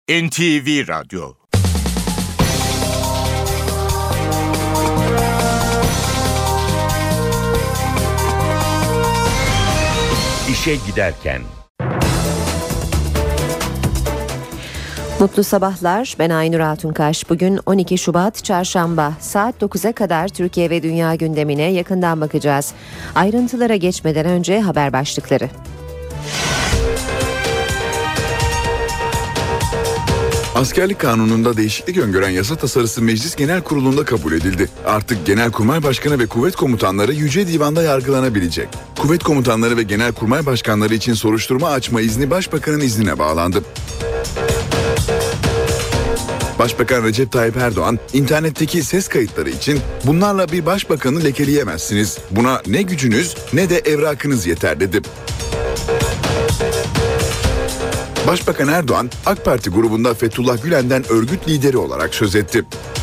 NTV Radyo. İşe giderken. Mutlu sabahlar. Ben Aynur Altunkaş. Bugün 12 Şubat Çarşamba. Saat 9'a kadar Türkiye ve dünya gündemine yakından bakacağız. Ayrıntılara geçmeden önce haber başlıkları. Askerlik kanununda değişiklik öngören yasa tasarısı Meclis Genel Kurulu'nda kabul edildi. Artık Genelkurmay Başkanı ve kuvvet komutanları Yüce Divan'da yargılanabilecek. Kuvvet komutanları ve Genelkurmay Başkanları için soruşturma açma izni Başbakan'ın iznine bağlandı. Başbakan Recep Tayyip Erdoğan, internetteki ses kayıtları için bunlarla bir başbakanı lekeleyemezsiniz. Buna ne gücünüz ne de evrakınız yeter dedi. Başbakan Erdoğan, AK Parti grubunda Fethullah Gülen'den örgüt lideri olarak söz etti.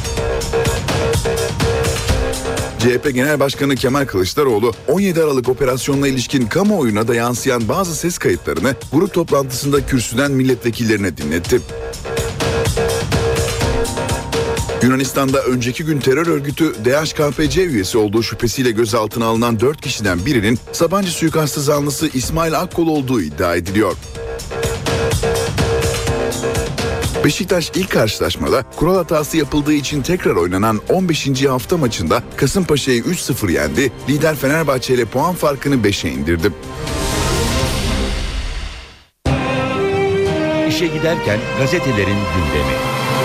CHP Genel Başkanı Kemal Kılıçdaroğlu, 17 Aralık operasyonuna ilişkin kamuoyuna da yansıyan bazı ses kayıtlarını grup toplantısında kürsüden milletvekillerine dinletti. Yunanistan'da önceki gün terör örgütü DHKPC üyesi olduğu şüphesiyle gözaltına alınan 4 kişiden birinin Sabancı suikastı zanlısı İsmail Akkol olduğu iddia ediliyor. Beşiktaş ilk karşılaşmada kural hatası yapıldığı için tekrar oynanan 15. hafta maçında Kasımpaşa'yı 3-0 yendi, lider Fenerbahçe ile puan farkını 5'e indirdi. İşe giderken gazetelerin gündemi.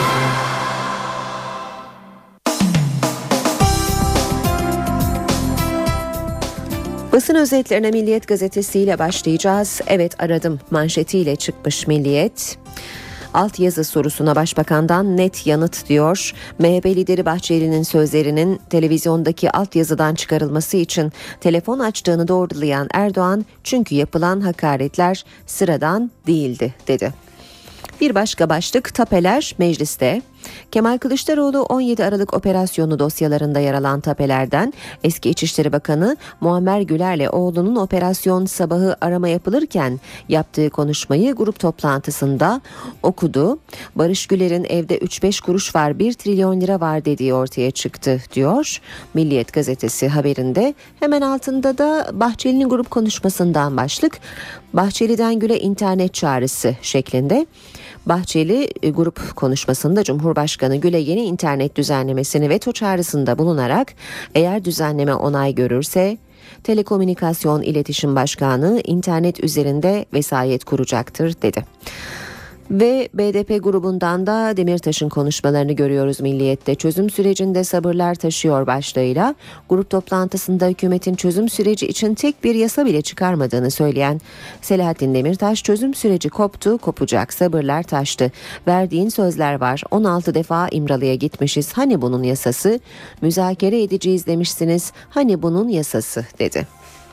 Basın özetlerine Milliyet gazetesiyle başlayacağız. Evet aradım manşetiyle çıkmış Milliyet. Altyazı sorusuna başbakandan net yanıt diyor. MHP lideri Bahçeli'nin sözlerinin televizyondaki altyazıdan çıkarılması için telefon açtığını doğrulayan Erdoğan, çünkü yapılan hakaretler sıradan değildi dedi. Bir başka başlık tapeler mecliste. Kemal Kılıçdaroğlu 17 Aralık operasyonu dosyalarında yer alan tapelerden eski İçişleri Bakanı Muammer Güler'le oğlunun operasyon sabahı arama yapılırken yaptığı konuşmayı grup toplantısında okudu. Barış Güler'in evde 3-5 kuruş var, 1 trilyon lira var dediği ortaya çıktı diyor Milliyet gazetesi haberinde. Hemen altında da Bahçeli'nin grup konuşmasından başlık. Bahçeli'den Gül'e internet çağrısı şeklinde. Bahçeli grup konuşmasında Cumhurbaşkanı Gül'e yeni internet düzenlemesini veto çağrısında bulunarak eğer düzenleme onay görürse Telekomünikasyon İletişim Başkanı internet üzerinde vesayet kuracaktır dedi. Ve BDP grubundan da Demirtaş'ın konuşmalarını görüyoruz Milliyet'te. Çözüm sürecinde sabırlar taşıyor başlığıyla. Grup toplantısında hükümetin çözüm süreci için tek bir yasa bile çıkarmadığını söyleyen Selahattin Demirtaş, çözüm süreci koptu, kopacak, sabırlar taştı. Verdiğin sözler var, 16 defa İmralı'ya gitmişiz, hani bunun yasası, müzakere edeceğiz demişsiniz, hani bunun yasası dedi.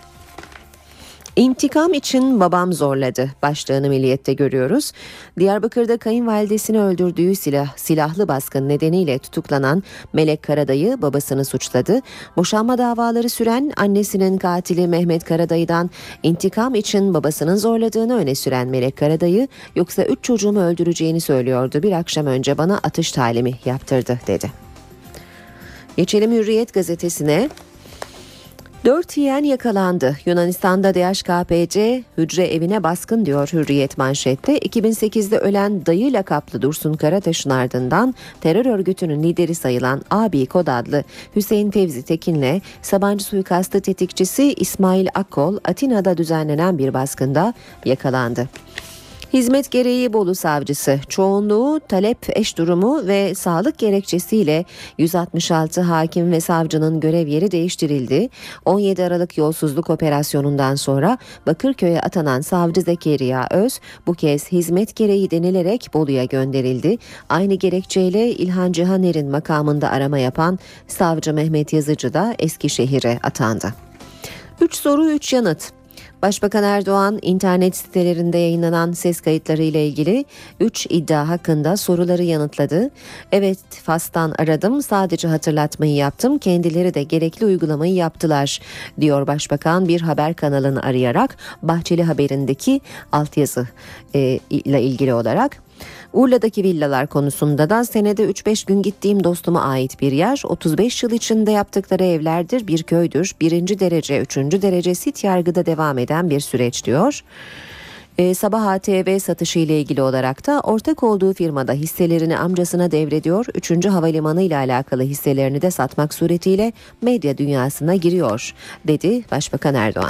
İntikam için babam zorladı başlığını Milliyet'te görüyoruz. Diyarbakır'da kayınvalidesini öldürdüğü silahlı baskın nedeniyle tutuklanan Melek Karadayı babasını suçladı. Boşanma davaları süren annesinin katili Mehmet Karadayı'dan intikam için babasının zorladığını öne süren Melek Karadayı, yoksa 3 çocuğumu öldüreceğini söylüyordu. Bir akşam önce bana atış talimi yaptırdı dedi. Geçelim Hürriyet gazetesine. 4 yeğen yakalandı. Yunanistan'da DHKPC hücre evine baskın diyor Hürriyet manşette. 2008'de ölen dayı lakaplı Dursun Karataş'ın ardından terör örgütünün lideri sayılan abi kod adlı Hüseyin Fevzi Tekin'le Sabancı suikastı tetikçisi İsmail Akkol Atina'da düzenlenen bir baskında yakalandı. Hizmet gereği Bolu savcısı çoğunluğu talep eş durumu ve sağlık gerekçesiyle 166 hakim ve savcının görev yeri değiştirildi. 17 Aralık yolsuzluk operasyonundan sonra Bakırköy'e atanan savcı Zekeriya Öz bu kez hizmet gereği denilerek Bolu'ya gönderildi. Aynı gerekçeyle İlhan Cihaner'in makamında arama yapan savcı Mehmet Yazıcı da Eskişehir'e atandı. 3 soru 3 yanıt. Başbakan Erdoğan internet sitelerinde yayınlanan ses kayıtları ile ilgili 3 iddia hakkında soruları yanıtladı. Evet, Fas'tan aradım, sadece hatırlatmayı yaptım, kendileri de gerekli uygulamayı yaptılar diyor Başbakan bir haber kanalını arayarak Bahçeli haberindeki altyazı ile ilgili olarak. Urla'daki villalar konusunda da senede 3-5 gün gittiğim dostuma ait bir yer. 35 yıl içinde yaptıkları evlerdir, bir köydür. 1. derece, 3. derece sit yargıda devam eden bir süreç diyor. Sabah ATV satışı ile ilgili olarak da ortak olduğu firmada hisselerini amcasına devrediyor. 3. havalimanı ile alakalı hisselerini de satmak suretiyle medya dünyasına giriyor, dedi Başbakan Erdoğan.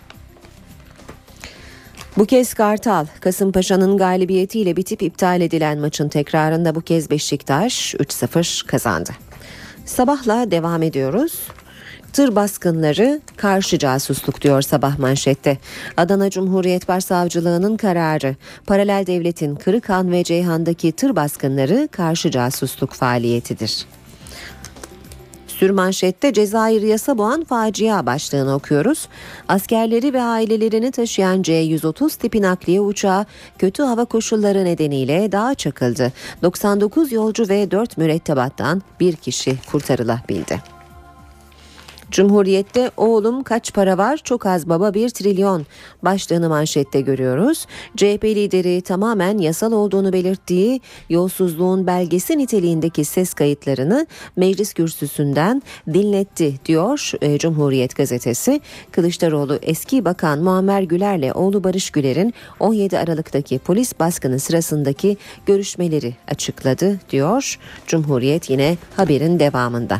Bu kez Kartal, Kasımpaşa'nın galibiyetiyle bitip iptal edilen maçın tekrarında bu kez Beşiktaş 3-0 kazandı. Sabahla devam ediyoruz. Tır baskınları karşı casusluk diyor Sabah manşette. Adana Cumhuriyet Başsavcılığı'nın kararı. Paralel devletin Kırıkhan ve Ceyhan'daki tır baskınları karşı casusluk faaliyetidir. Sürmanşette Cezayir yasa boğan facia başlığını okuyoruz. Askerleri ve ailelerini taşıyan C-130 tipi nakliye uçağı kötü hava koşulları nedeniyle dağa çakıldı. 99 yolcu ve 4 mürettebattan bir kişi kurtarılabildi. Cumhuriyet'te oğlum kaç para var, çok az baba 1 trilyon başlığını manşette görüyoruz. CHP lideri tamamen yasal olduğunu belirttiği yolsuzluğun belgesi niteliğindeki ses kayıtlarını meclis kürsüsünden dinletti diyor Cumhuriyet gazetesi. Kılıçdaroğlu eski bakan Muammer Güler'le oğlu Barış Güler'in 17 Aralık'taki polis baskını sırasındaki görüşmeleri açıkladı diyor Cumhuriyet yine haberin devamında.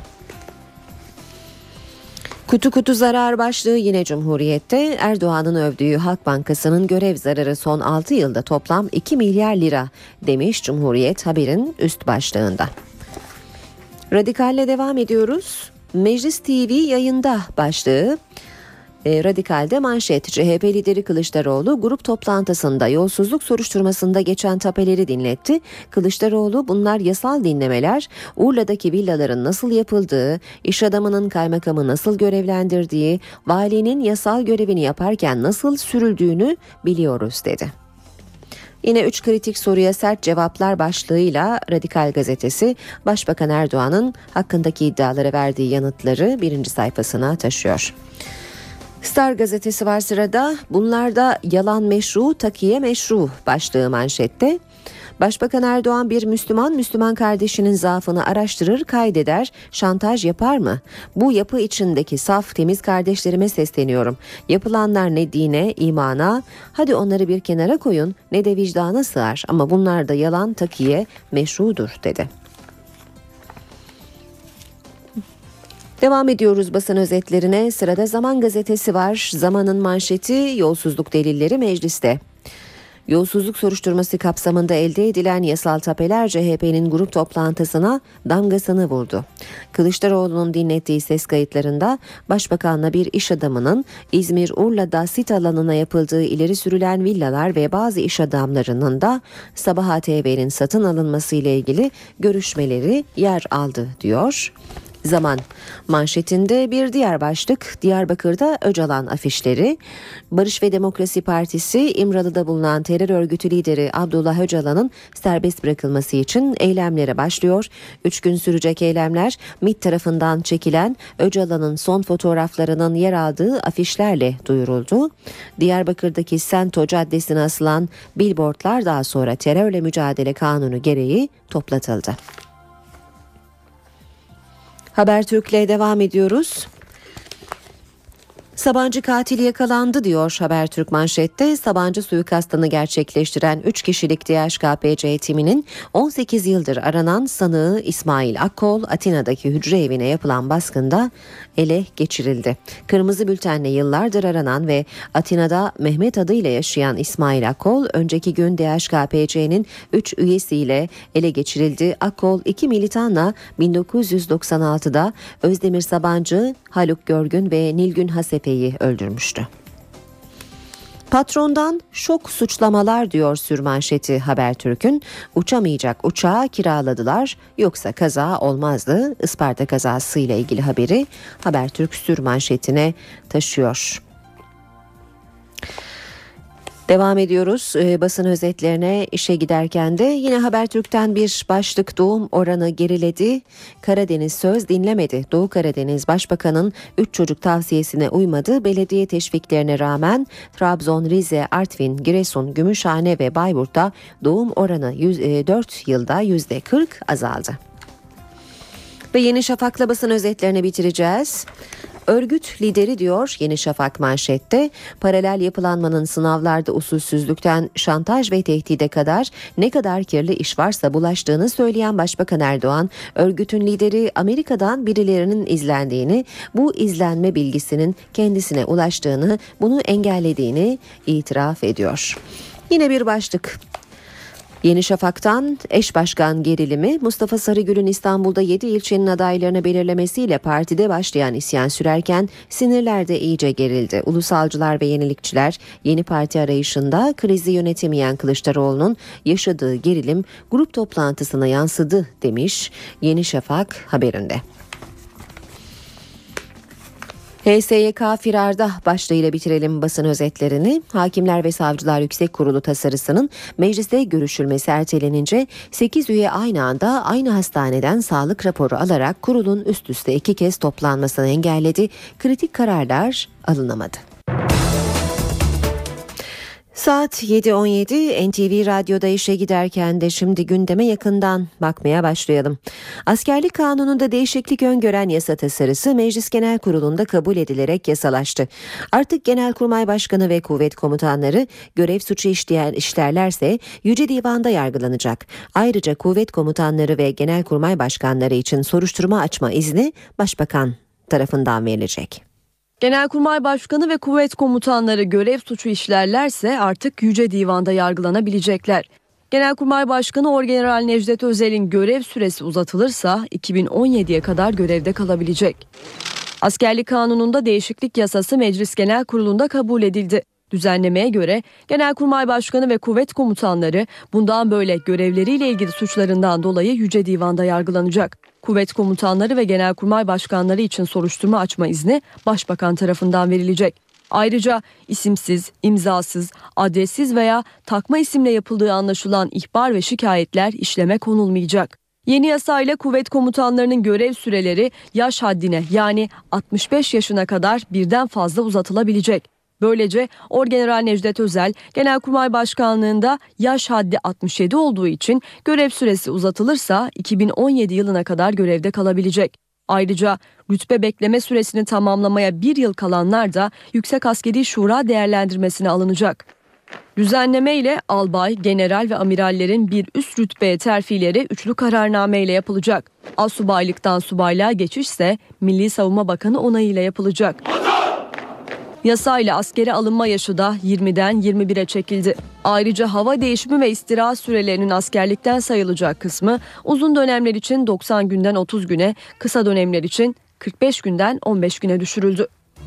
Kutu kutu zarar başlığı yine Cumhuriyet'te. Erdoğan'ın övdüğü Halk Bankası'nın görev zararı son 6 yılda toplam 2 milyar lira demiş Cumhuriyet haberin üst başlığında. Radikal'le devam ediyoruz. Meclis TV yayında başlığı. Radikal'de manşet, CHP lideri Kılıçdaroğlu grup toplantısında yolsuzluk soruşturmasında geçen tapeleri dinletti. Kılıçdaroğlu bunlar yasal dinlemeler, Urla'daki villaların nasıl yapıldığı, iş adamının kaymakamı nasıl görevlendirdiği, valinin yasal görevini yaparken nasıl sürüldüğünü biliyoruz dedi. Yine 3 kritik soruya sert cevaplar başlığıyla Radikal gazetesi Başbakan Erdoğan'ın hakkındaki iddialara verdiği yanıtları 1. sayfasına taşıyor. Star gazetesi var sırada. Bunlarda yalan meşru, takiye meşru başlığı manşette. Başbakan Erdoğan bir Müslüman kardeşinin zaafını araştırır, kaydeder, şantaj yapar mı? Bu yapı içindeki saf, temiz kardeşlerime sesleniyorum. Yapılanlar ne dine, imana, hadi onları bir kenara koyun, ne de vicdana sığar ama bunlar da yalan, takiye meşrudur dedi. Devam ediyoruz basın özetlerine. Sırada Zaman gazetesi var. Zaman'ın manşeti yolsuzluk delilleri mecliste. Yolsuzluk soruşturması kapsamında elde edilen yasal tapeler CHP'nin grup toplantısına damgasını vurdu. Kılıçdaroğlu'nun dinlettiği ses kayıtlarında Başbakan'la bir iş adamının İzmir-Urla'da sit alanına yapıldığı ileri sürülen villalar ve bazı iş adamlarının da Sabah ATV'nin satın alınması ile ilgili görüşmeleri yer aldı diyor. Zaman manşetinde bir diğer başlık Diyarbakır'da Öcalan afişleri. Barış ve Demokrasi Partisi İmralı'da bulunan terör örgütü lideri Abdullah Öcalan'ın serbest bırakılması için eylemlere başlıyor. 3 gün sürecek eylemler MİT tarafından çekilen Öcalan'ın son fotoğraflarının yer aldığı afişlerle duyuruldu. Diyarbakır'daki Sento Caddesi'ne asılan billboardlar daha sonra terörle mücadele kanunu gereği toplatıldı. Habertürk'le devam ediyoruz. Sabancı katili yakalandı diyor Habertürk manşette. Sabancı suikastını gerçekleştiren 3 kişilik DHKPC timinin 18 yıldır aranan sanığı İsmail Akkol, Atina'daki hücre evine yapılan baskında ele geçirildi. Kırmızı bültenle yıllardır aranan ve Atina'da Mehmet adıyla yaşayan İsmail Akkol, önceki gün DHKPC'nin 3 üyesiyle ele geçirildi. Akkol 2 militanla 1996'da Özdemir Sabancı, Haluk Görgün ve Nilgün Hasepe'yi öldürmüştü. Patrondan şok suçlamalar diyor sürmanşeti Habertürk'ün. Uçamayacak uçağı kiraladılar, yoksa kaza olmazdı. Isparta kazası ile ilgili haberi Habertürk sürmanşetine taşıyor. Devam ediyoruz basın özetlerine. İşe giderken de yine Habertürk'ten bir başlık: doğum oranı geriledi, Karadeniz söz dinlemedi. Doğu Karadeniz Başbakan'ın 3 çocuk tavsiyesine uymadı. Belediye teşviklerine rağmen Trabzon, Rize, Artvin, Giresun, Gümüşhane ve Bayburt'ta doğum oranı 4 yılda %40 azaldı. Ve Yeni Şafak'la basın özetlerini bitireceğiz. Örgüt lideri diyor Yeni Şafak manşette. Paralel yapılanmanın sınavlarda usulsüzlükten şantaj ve tehdide kadar ne kadar kirli iş varsa bulaştığını söyleyen Başbakan Erdoğan, örgütün lideri Amerika'dan birilerinin izlendiğini, bu izlenme bilgisinin kendisine ulaştığını, bunu engellediğini itiraf ediyor. Yine bir başlık. Yeni Şafak'tan eş başkan gerilimi. Mustafa Sarıgül'ün İstanbul'da 7 ilçenin adaylarını belirlemesiyle partide başlayan isyan sürerken sinirler de iyice gerildi. Ulusalcılar ve yenilikçiler yeni parti arayışında krizi yönetemeyen Kılıçdaroğlu'nun yaşadığı gerilim grup toplantısına yansıdı demiş Yeni Şafak haberinde. HSYK firarda başlığıyla bitirelim basın özetlerini. Hakimler ve Savcılar Yüksek Kurulu tasarısının mecliste görüşülmesi ertelenince 8 üye aynı anda aynı hastaneden sağlık raporu alarak kurulun üst üste 2 kez toplanmasını engelledi. Kritik kararlar alınamadı. Saat 7.17 NTV Radyo'da işe giderken de şimdi gündeme yakından bakmaya başlayalım. Askerlik kanununda değişiklik öngören yasa tasarısı Meclis Genel Kurulu'nda kabul edilerek yasalaştı. Artık Genelkurmay Başkanı ve kuvvet komutanları görev suçu işlerlerse Yüce Divan'da yargılanacak. Ayrıca kuvvet komutanları ve Genelkurmay Başkanları için soruşturma açma izni Başbakan tarafından verilecek. Genelkurmay Başkanı ve kuvvet komutanları görev suçu işlerlerse artık Yüce Divan'da yargılanabilecekler. Genelkurmay Başkanı Orgeneral Necdet Özel'in görev süresi uzatılırsa 2017'ye kadar görevde kalabilecek. Askerlik kanununda değişiklik yasası Meclis Genel Kurulu'nda kabul edildi. Düzenlemeye göre Genelkurmay Başkanı ve kuvvet komutanları bundan böyle görevleriyle ilgili suçlarından dolayı Yüce Divan'da yargılanacak. Kuvvet komutanları ve Genelkurmay Başkanları için soruşturma açma izni Başbakan tarafından verilecek. Ayrıca isimsiz, imzasız, adressiz veya takma isimle yapıldığı anlaşılan ihbar ve şikayetler işleme konulmayacak. Yeni yasayla kuvvet komutanlarının görev süreleri yaş haddine, yani 65 yaşına kadar birden fazla uzatılabilecek. Böylece Orgeneral Necdet Özel Genelkurmay Başkanlığında yaş haddi 67 olduğu için görev süresi uzatılırsa 2017 yılına kadar görevde kalabilecek. Ayrıca rütbe bekleme süresini tamamlamaya 1 yıl kalanlar da Yüksek Askeri Şura değerlendirmesine alınacak. Düzenleme ile albay, general ve amirallerin bir üst rütbeye terfileri üçlü kararname ile yapılacak. Astsubaylıktan subaylığa geçiş ise Milli Savunma Bakanı onayıyla yapılacak. Yasayla askere alınma yaşı da 20'den 21'e çekildi. Ayrıca hava değişimi ve istirahat sürelerinin askerlikten sayılacak kısmı uzun dönemler için 90 günden 30 güne, kısa dönemler için 45 günden 15 güne düşürüldü.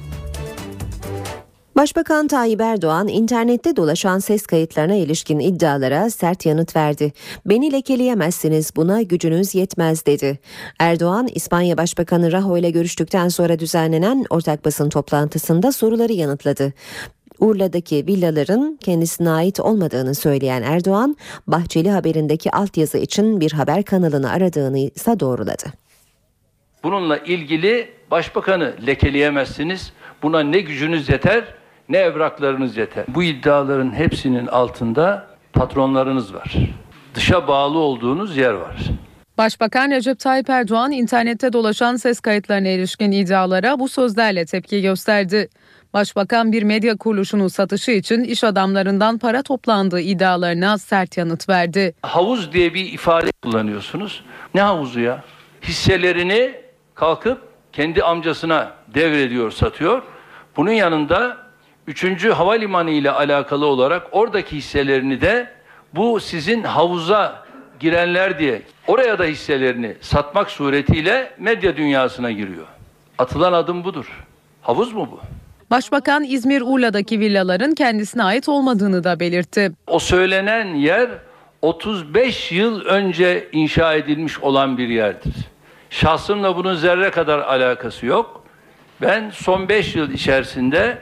Başbakan Tayyip Erdoğan internette dolaşan ses kayıtlarına ilişkin iddialara sert yanıt verdi. "Beni lekeleyemezsiniz, buna gücünüz yetmez" dedi. Erdoğan, İspanya Başbakanı Rajoy ile görüştükten sonra düzenlenen ortak basın toplantısında soruları yanıtladı. Urla'daki villaların kendisine ait olmadığını söyleyen Erdoğan, Bahçeli haberindeki altyazı için bir haber kanalını aradığını ise doğruladı. Bununla ilgili Başbakanı lekeleyemezsiniz, buna ne gücünüz yeter, ne evraklarınız yeter. Bu iddiaların hepsinin altında patronlarınız var. Dışa bağlı olduğunuz yer var. Başbakan Recep Tayyip Erdoğan internette dolaşan ses kayıtlarına ilişkin iddialara bu sözlerle tepki gösterdi. Başbakan bir medya kuruluşunun satışı için iş adamlarından para toplandığı iddialarına sert yanıt verdi. Havuz diye bir ifade kullanıyorsunuz. Ne havuzu ya? Hisselerini kalkıp kendi amcasına devrediyor, satıyor. Bunun yanında 3. Havalimanı ile alakalı olarak oradaki hisselerini de bu sizin havuza girenler diye oraya da hisselerini satmak suretiyle medya dünyasına giriyor. Atılan adım budur. Havuz mu bu? Başbakan İzmir Urla'daki villaların kendisine ait olmadığını da belirtti. O söylenen yer 35 yıl önce inşa edilmiş olan bir yerdir. Şahsımla bunun zerre kadar alakası yok. Ben son 5 yıl içerisinde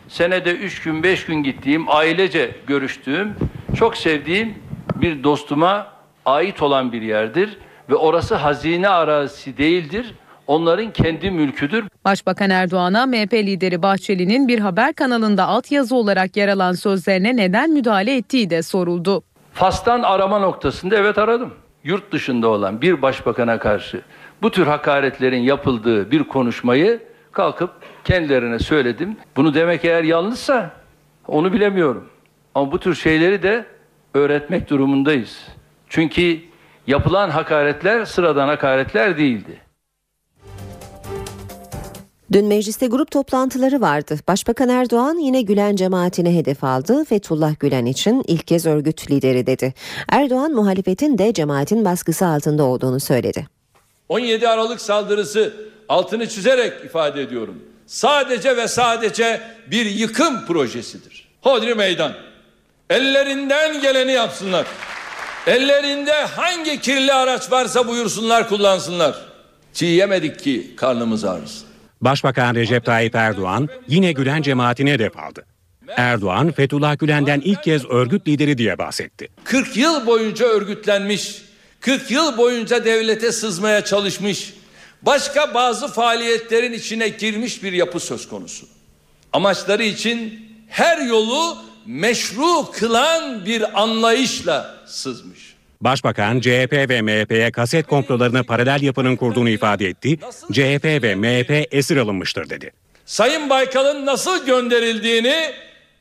senede 3 gün 5 gün gittiğim, ailece görüştüğüm, çok sevdiğim bir dostuma ait olan bir yerdir. Ve orası hazine arazisi değildir. Onların kendi mülküdür. Başbakan Erdoğan'a MHP lideri Bahçeli'nin bir haber kanalında altyazı olarak yer alan sözlerine neden müdahale ettiği de soruldu. Fas'tan arama noktasında evet aradım. Yurt dışında olan bir başbakana karşı bu tür hakaretlerin yapıldığı bir konuşmayı kalkıp kendilerine söyledim. Bunu demek eğer yanlışsa onu bilemiyorum. Ama bu tür şeyleri de öğretmek durumundayız. Çünkü yapılan hakaretler sıradan hakaretler değildi. Dün mecliste grup toplantıları vardı. Başbakan Erdoğan yine Gülen cemaatine hedef aldı. Fethullah Gülen için ilk kez örgüt lideri dedi. Erdoğan muhalefetin de cemaatin baskısı altında olduğunu söyledi. 17 Aralık saldırısı, altını çizerek ifade ediyorum, sadece ve sadece bir yıkım projesidir. Hodri meydan. Ellerinden geleni yapsınlar. Ellerinde hangi kirli araç varsa buyursunlar, kullansınlar. Çiğ yemedik ki karnımız ağrısın. Başbakan Recep Tayyip Erdoğan yine Gülen cemaatine hedef aldı. Erdoğan, Fethullah Gülen'den ilk kez örgüt lideri diye bahsetti. 40 yıl boyunca örgütlenmiş, 40 yıl boyunca devlete sızmaya çalışmış, başka bazı faaliyetlerin içine girmiş bir yapı söz konusu. Amaçları için her yolu meşru kılan bir anlayışla sızmış. Başbakan CHP ve MHP'ye kaset komplolarını paralel yapının kurduğunu ifade etti. CHP ve MHP esir alınmıştır dedi. Sayın Baykal'ın nasıl gönderildiğini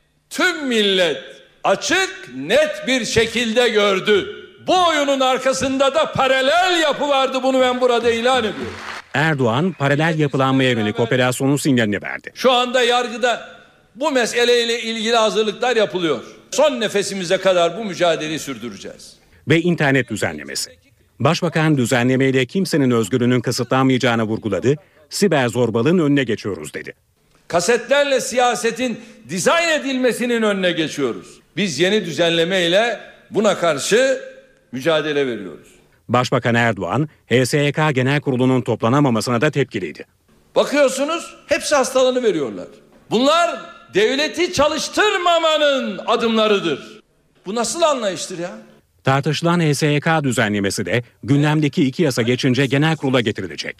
tüm millet açık, net bir şekilde gördü. Bu oyunun arkasında da paralel yapı vardı, bunu ben burada ilan ediyorum. Erdoğan paralel yapılanmaya yönelik operasyonun sinyalini verdi. Şu anda yargıda bu meseleyle ilgili hazırlıklar yapılıyor. Son nefesimize kadar bu mücadeleyi sürdüreceğiz. Ve internet düzenlemesi. Başbakan düzenlemeyle kimsenin özgürlüğünün kısıtlanmayacağını vurguladı. Siber zorbalığın önüne geçiyoruz dedi. Kasetlerle siyasetin dizayn edilmesinin önüne geçiyoruz. Biz yeni düzenlemeyle buna karşı mücadele veriyoruz. Başbakan Erdoğan, HSYK Genel Kurulu'nun toplanamamasına da tepkiliydi. Bakıyorsunuz hepsi hastalığını veriyorlar. Bunlar devleti çalıştırmamanın adımlarıdır. Bu nasıl anlayıştır ya? Tartışılan HSYK düzenlemesi de gündemdeki 2 yasa geçince genel kurula getirilecek.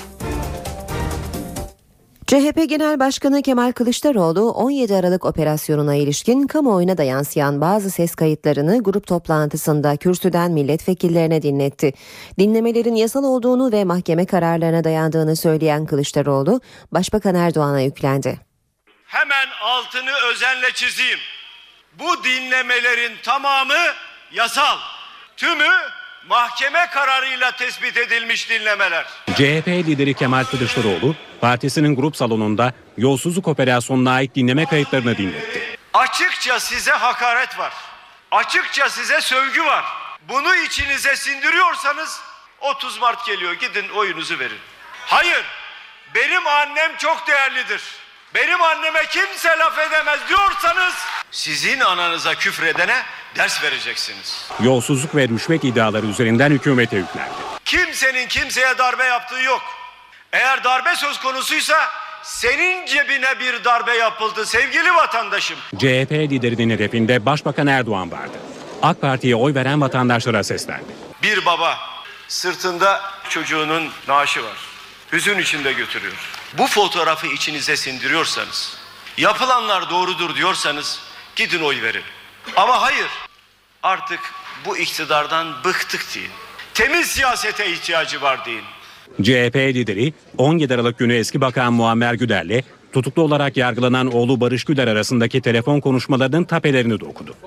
CHP Genel Başkanı Kemal Kılıçdaroğlu 17 Aralık operasyonuna ilişkin kamuoyuna da yansıyan bazı ses kayıtlarını grup toplantısında kürsüden milletvekillerine dinletti. Dinlemelerin yasal olduğunu ve mahkeme kararlarına dayandığını söyleyen Kılıçdaroğlu, Başbakan Erdoğan'a yüklendi. Hemen altını özenle çizeyim. Bu dinlemelerin tamamı yasal. Tümü mahkeme kararıyla tespit edilmiş dinlemeler. CHP lideri Kemal Kılıçdaroğlu, partisinin grup salonunda yolsuzluk operasyonuna ait dinleme kayıtlarını dinletti. Açıkça size hakaret var. Açıkça size sövgü var. Bunu içinize sindiriyorsanız 30 Mart geliyor, gidin oyunuzu verin. Hayır, benim annem çok değerlidir, benim anneme kimse laf edemez diyorsanız sizin ananıza küfredene ders vereceksiniz. Yolsuzluk ve rüşvet iddiaları üzerinden hükümete yüklendi. Kimsenin kimseye darbe yaptığı yok. Eğer darbe söz konusuysa senin cebine bir darbe yapıldı sevgili vatandaşım. CHP liderinin hedefinde Başbakan Erdoğan vardı. AK Parti'ye oy veren vatandaşlara seslendi. Bir baba sırtında çocuğunun naaşı var. Hüzün içinde götürüyor. Bu fotoğrafı içinize sindiriyorsanız, yapılanlar doğrudur diyorsanız gidin oy verin. Ama hayır, artık bu iktidardan bıktık deyin. Temiz siyasete ihtiyacı var deyin. CHP lideri 17 Aralık günü eski bakan Muammer Güler'le tutuklu olarak yargılanan oğlu Barış Güler arasındaki telefon konuşmalarının tapelerini de okudu.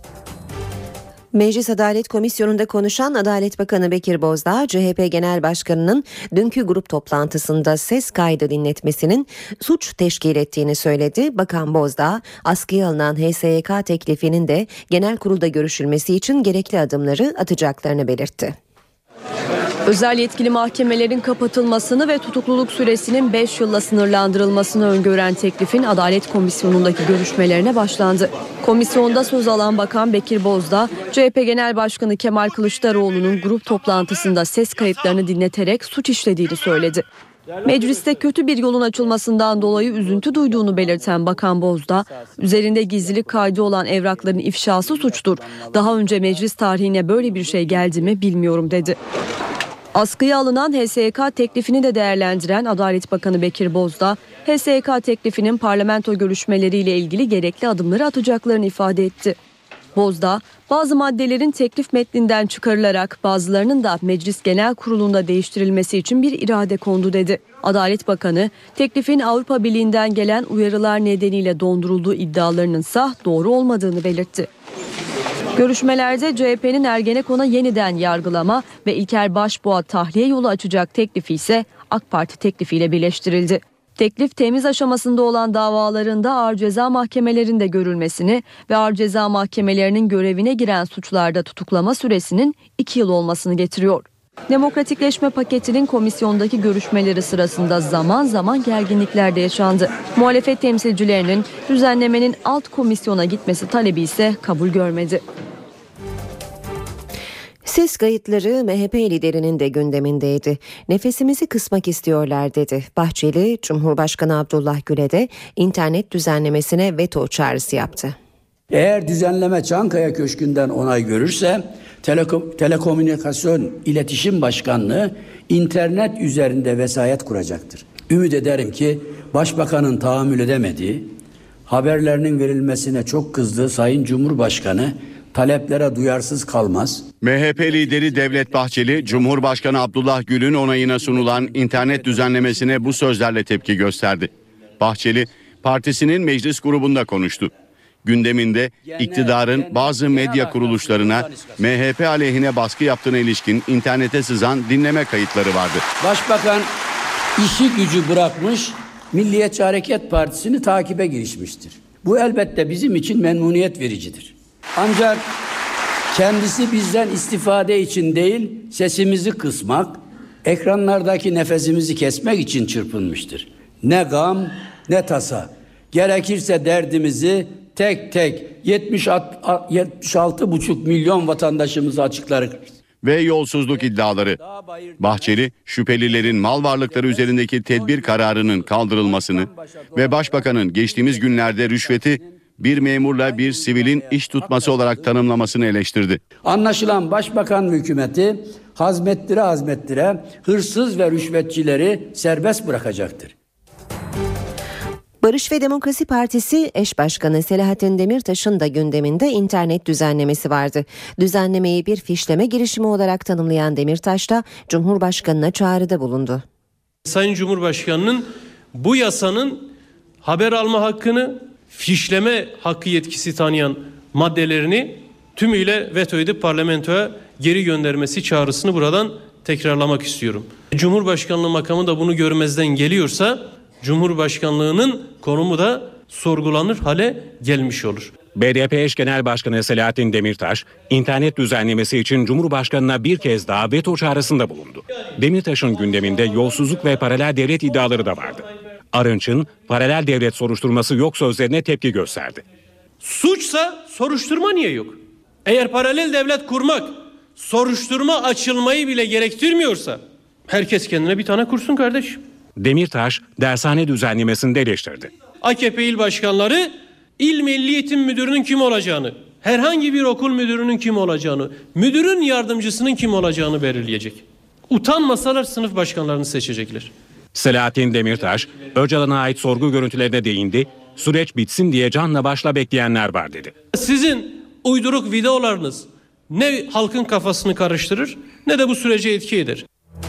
Meclis Adalet Komisyonu'nda konuşan Adalet Bakanı Bekir Bozdağ, CHP Genel Başkanı'nın dünkü grup toplantısında ses kaydı dinletmesinin suç teşkil ettiğini söyledi. Bakan Bozdağ, askıya alınan HSYK teklifinin de genel kurulda görüşülmesi için gerekli adımları atacaklarını belirtti. Özel yetkili mahkemelerin kapatılmasını ve tutukluluk süresinin 5 yılla sınırlandırılmasını öngören teklifin Adalet Komisyonu'ndaki görüşmelerine başlandı. Komisyonda söz alan Bakan Bekir Bozdağ, CHP Genel Başkanı Kemal Kılıçdaroğlu'nun grup toplantısında ses kayıtlarını dinleterek suç işlediğini söyledi. Mecliste kötü bir yolun açılmasından dolayı üzüntü duyduğunu belirten Bakan Bozdağ, üzerinde gizlilik kaydı olan evrakların ifşası suçtur. Daha önce meclis tarihine böyle bir şey geldi mi bilmiyorum dedi. Askıya alınan HSYK teklifini de değerlendiren Adalet Bakanı Bekir Bozdağ, HSYK teklifinin parlamento görüşmeleriyle ilgili gerekli adımları atacaklarını ifade etti. Bozdağ, bazı maddelerin teklif metninden çıkarılarak bazılarının da Meclis Genel Kurulu'nda değiştirilmesi için bir irade kondu dedi. Adalet Bakanı, teklifin Avrupa Birliği'nden gelen uyarılar nedeniyle dondurulduğu iddialarının doğru olmadığını belirtti. Görüşmelerde CHP'nin Ergenekon'a yeniden yargılama ve İlker Başbuğ'a tahliye yolu açacak teklifi ise AK Parti teklifiyle birleştirildi. Teklif temiz aşamasında olan davalarında ağır ceza mahkemelerinde görülmesini ve ağır ceza mahkemelerinin görevine giren suçlarda tutuklama süresinin 2 yıl olmasını getiriyor. Demokratikleşme paketinin komisyondaki görüşmeleri sırasında zaman zaman gerginlikler de yaşandı. Muhalefet temsilcilerinin düzenlemenin alt komisyona gitmesi talebi ise kabul görmedi. Ses kayıtları MHP liderinin de gündemindeydi. Nefesimizi kısmak istiyorlar dedi. Bahçeli, Cumhurbaşkanı Abdullah Gül'e de internet düzenlemesine veto çağrısı yaptı. Eğer düzenleme Çankaya Köşkü'nden onay görürse Telekomünikasyon İletişim Başkanlığı internet üzerinde vesayet kuracaktır. Ümit ederim ki Başbakanın tahammül edemediği, haberlerinin verilmesine çok kızdığı Sayın Cumhurbaşkanı taleplere duyarsız kalmaz. MHP lideri Devlet Bahçeli, Cumhurbaşkanı Abdullah Gül'ün onayına sunulan internet düzenlemesine bu sözlerle tepki gösterdi. Bahçeli, partisinin meclis grubunda konuştu. Gündeminde iktidarın bazı medya kuruluşlarına MHP aleyhine baskı yaptığına ilişkin internete sızan dinleme kayıtları vardı. Başbakan işi gücü bırakmış, Milliyetçi Hareket Partisi'ni takibe girişmiştir. Bu elbette bizim için memnuniyet vericidir. Ancak kendisi bizden istifade için değil, sesimizi kısmak, ekranlardaki nefesimizi kesmek için çırpınmıştır. Ne gam ne tasa. Gerekirse derdimizi tek tek 76,5 milyon vatandaşımıza açıklarız. Ve yolsuzluk iddiaları. Bahçeli, şüphelilerin mal varlıkları üzerindeki tedbir kararının kaldırılmasını ve Başbakanın geçtiğimiz günlerde rüşveti bir memurla bir sivilin iş tutması olarak tanımlamasını eleştirdi. Anlaşılan Başbakan hükümeti hazmettire hırsız ve rüşvetçileri serbest bırakacaktır. Barış ve Demokrasi Partisi eş başkanı Selahattin Demirtaş'ın da gündeminde internet düzenlemesi vardı. Düzenlemeyi bir fişleme girişimi olarak tanımlayan Demirtaş da Cumhurbaşkanı'na çağrıda bulundu. Sayın Cumhurbaşkanı'nın bu yasanın haber alma hakkını, fişleme hakkı yetkisi tanıyan maddelerini tümüyle veto edip parlamentoya geri göndermesi çağrısını buradan tekrarlamak istiyorum. Cumhurbaşkanlığı makamı da bunu görmezden geliyorsa Cumhurbaşkanlığının konumu da sorgulanır hale gelmiş olur. BDP eş genel başkanı Selahattin Demirtaş, internet düzenlemesi için Cumhurbaşkanı'na bir kez daha veto çağrısında bulundu. Demirtaş'ın gündeminde yolsuzluk ve paralel devlet iddiaları da vardı. Arınç'ın paralel devlet soruşturması yok sözlerine tepki gösterdi. Suçsa soruşturma niye yok? Eğer paralel devlet kurmak soruşturma açılmayı bile gerektirmiyorsa herkes kendine bir tane kursun kardeşim. Demirtaş dershane düzenlemesini de eleştirdi. AKP il başkanları il Milli Eğitim Müdürü'nün kim olacağını, herhangi bir okul müdürünün kim olacağını, müdürün yardımcısının kim olacağını belirleyecek. Utanmasalar sınıf başkanlarını seçecekler. Selahattin Demirtaş, Öcalan'a ait sorgu görüntülerine değindi. Süreç bitsin diye canla başla bekleyenler var dedi. Sizin uyduruk videolarınız ne halkın kafasını karıştırır ne de bu sürece etki eder.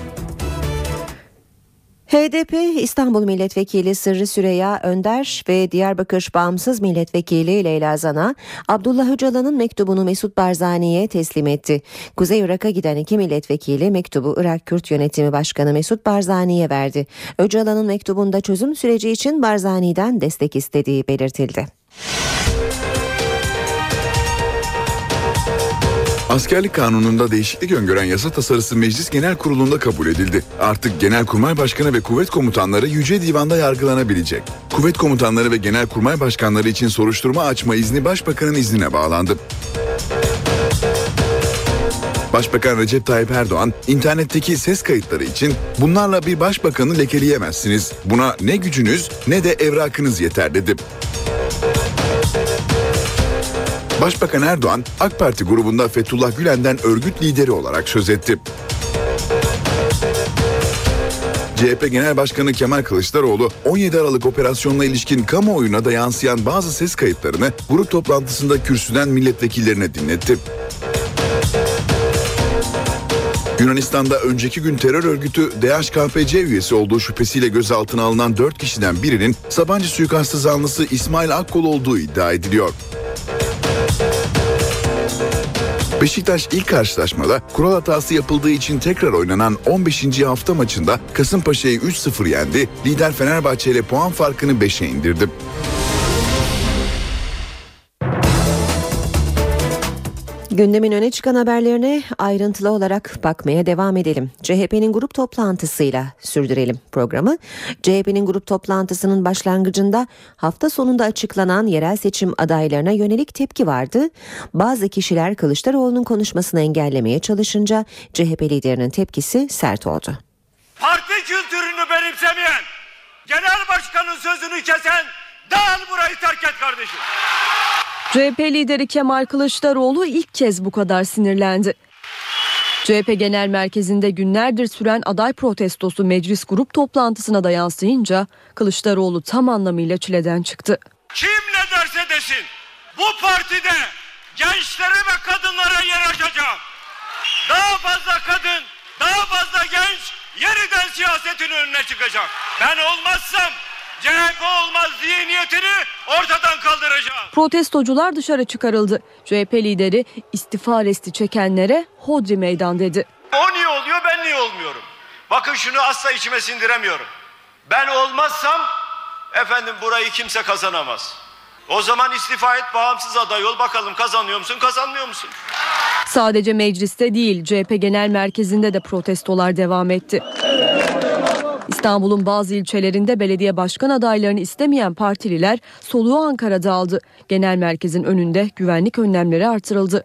HDP İstanbul Milletvekili Sırrı Süreyya Önder ve Diyarbakır Bağımsız Milletvekili Leyla Zana, Abdullah Öcalan'ın mektubunu Mesut Barzani'ye teslim etti. Kuzey Irak'a giden iki milletvekili mektubu Irak Kürt Yönetimi Başkanı Mesut Barzani'ye verdi. Öcalan'ın mektubunda çözüm süreci için Barzani'den destek istediği belirtildi. Askerlik kanununda değişiklik öngören yasa tasarısı Meclis Genel Kurulu'nda kabul edildi. Artık Genelkurmay Başkanı ve kuvvet komutanları Yüce Divan'da yargılanabilecek. Kuvvet komutanları ve Genelkurmay Başkanları için soruşturma açma izni Başbakanın iznine bağlandı. Başbakan Recep Tayyip Erdoğan, internetteki ses kayıtları için bunlarla bir başbakanı lekeleyemezsiniz. Buna ne gücünüz ne de evrakınız yeter dedi. Başbakan Erdoğan, AK Parti grubunda Fethullah Gülen'den örgüt lideri olarak söz etti. CHP Genel Başkanı Kemal Kılıçdaroğlu 17 Aralık operasyonuna ilişkin kamuoyuna da yansıyan bazı ses kayıtlarını grup toplantısında kürsüden milletvekillerine dinletti. Yunanistan'da önceki gün terör örgütü DHKPC üyesi olduğu şüphesiyle gözaltına alınan 4 kişiden birinin Sabancı suikastı zanlısı İsmail Akkol olduğu iddia ediliyor. Beşiktaş ilk karşılaşmada kural hatası yapıldığı için tekrar oynanan 15. hafta maçında Kasımpaşa'yı 3-0 yendi, lider Fenerbahçe ile puan farkını 5'e indirdi. Gündemin öne çıkan haberlerine ayrıntılı olarak bakmaya devam edelim. CHP'nin grup toplantısıyla sürdürelim programı. CHP'nin grup toplantısının başlangıcında hafta sonunda açıklanan yerel seçim adaylarına yönelik tepki vardı. Bazı kişiler Kılıçdaroğlu'nun konuşmasını engellemeye çalışınca CHP liderinin tepkisi sert oldu. Parti kültürünü benimsemeyen, genel başkanın sözünü kesen, dağıl burayı terk et kardeşim. CHP lideri Kemal Kılıçdaroğlu ilk kez bu kadar sinirlendi. CHP Genel Merkezi'nde günlerdir süren aday protestosu meclis grup toplantısına da yansıyınca Kılıçdaroğlu tam anlamıyla çileden çıktı. Kim ne derse desin, bu partide gençlere ve kadınlara yer açacağım. Daha fazla kadın, daha fazla genç yeniden siyasetin önüne çıkacak. Ben olmazsam CHP olmaz zihniyetini ortadan kaldıracağım. Protestocular dışarı çıkarıldı. CHP lideri istifa resti çekenlere hodri meydan dedi. O niye oluyor, ben niye olmuyorum? Bakın şunu asla içime sindiremiyorum. Ben olmazsam efendim burayı kimse kazanamaz. O zaman istifa et, bağımsız aday ol, bakalım kazanıyor musun, kazanmıyor musun? Sadece mecliste değil, CHP Genel Merkezi'nde de protestolar devam etti. İstanbul'un bazı ilçelerinde belediye başkan adaylarını istemeyen partililer soluğu Ankara'da aldı. Genel merkezin önünde güvenlik önlemleri artırıldı.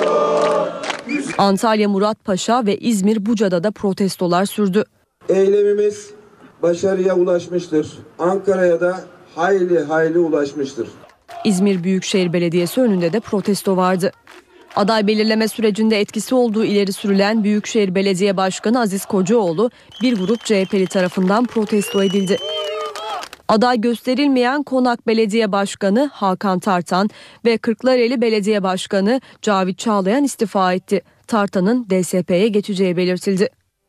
Antalya Muratpaşa ve İzmir Buca'da da protestolar sürdü. Eylemimiz başarıya ulaşmıştır. Ankara'ya da hayli ulaşmıştır. İzmir Büyükşehir Belediyesi önünde de protesto vardı. Aday belirleme sürecinde etkisi olduğu ileri sürülen Büyükşehir Belediye Başkanı Aziz Kocaoğlu bir grup CHP'li tarafından protesto edildi. Aday gösterilmeyen Konak Belediye Başkanı Hakan Tartan ve Kırklareli Belediye Başkanı Cavit Çağlayan istifa etti. Tartan'ın DSP'ye geçeceği belirtildi.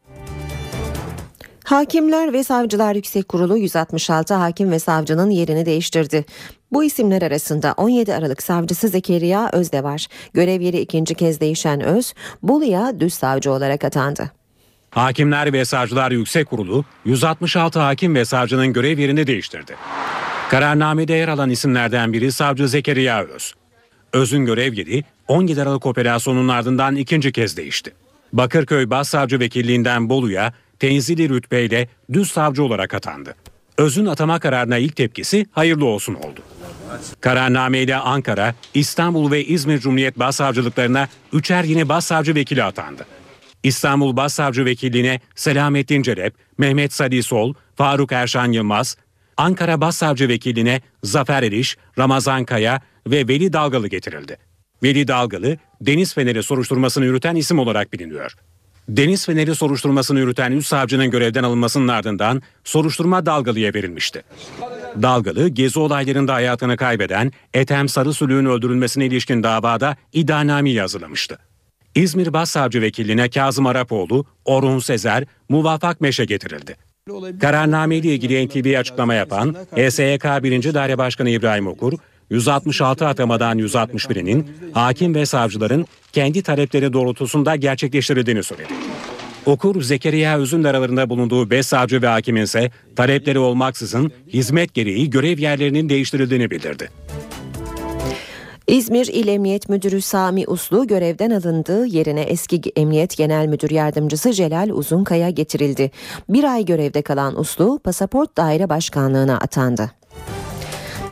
Hakimler ve Savcılar Yüksek Kurulu 166 hakim ve savcının yerini değiştirdi. Bu isimler arasında 17 Aralık savcısı Zekeriya Öz de var. Görev yeri ikinci kez değişen Öz, Bolu'ya düz savcı olarak atandı. Hakimler ve Savcılar Yüksek Kurulu 166 hakim ve savcının görev yerini değiştirdi. Kararnamede yer alan isimlerden biri savcı Zekeriya Öz. Öz'ün görev yeri 17 Aralık operasyonunun ardından ikinci kez değişti. Bakırköy Başsavcı Vekilliğinden Bolu'ya tenzili rütbeyle düz savcı olarak atandı. Öz'ün atama kararına ilk tepkisi hayırlı olsun oldu. Kararnameyle Ankara, İstanbul ve İzmir Cumhuriyet Başsavcılıklarına 3'er yeni başsavcı vekili atandı. İstanbul Başsavcı Vekilliğine Selamettin Cerep, Mehmet Sadi Sol, Faruk Erşan Yılmaz, Ankara Başsavcı Vekilliğine Zafer Eriş, Ramazan Kaya ve Veli Dalgalı getirildi. Veli Dalgalı, Deniz Feneri soruşturmasını yürüten isim olarak biliniyor. Deniz Feneri soruşturmasını yürüten 3 savcının görevden alınmasının ardından soruşturma Dalgalı'ya verilmişti. Dalgalı, gezi olaylarında hayatını kaybeden Ethem Sarısülük'ün öldürülmesine ilişkin davada iddianameyi hazırlamıştı. İzmir Başsavcı Vekilliğine Kazım Arapoğlu, Orhun Sezer, Muvaffak Meşe getirildi. Kararnameyle ilgili NTV'ye açıklama yapan HSYK 1. Daire Başkanı İbrahim Okur, 166 atamadan 161'inin hakim ve savcıların kendi talepleri doğrultusunda gerçekleştirildiğini söyledi. Okur, Zekeriya Öz'ün aralarında bulunduğu 5 savcı ve hakimin ise talepleri olmaksızın hizmet gereği görev yerlerinin değiştirildiğini bildirdi. İzmir İl Emniyet Müdürü Sami Uslu görevden alındığı yerine eski Emniyet Genel Müdür Yardımcısı Celal Uzunkaya getirildi. Bir ay görevde kalan Uslu, Pasaport Daire Başkanlığı'na atandı.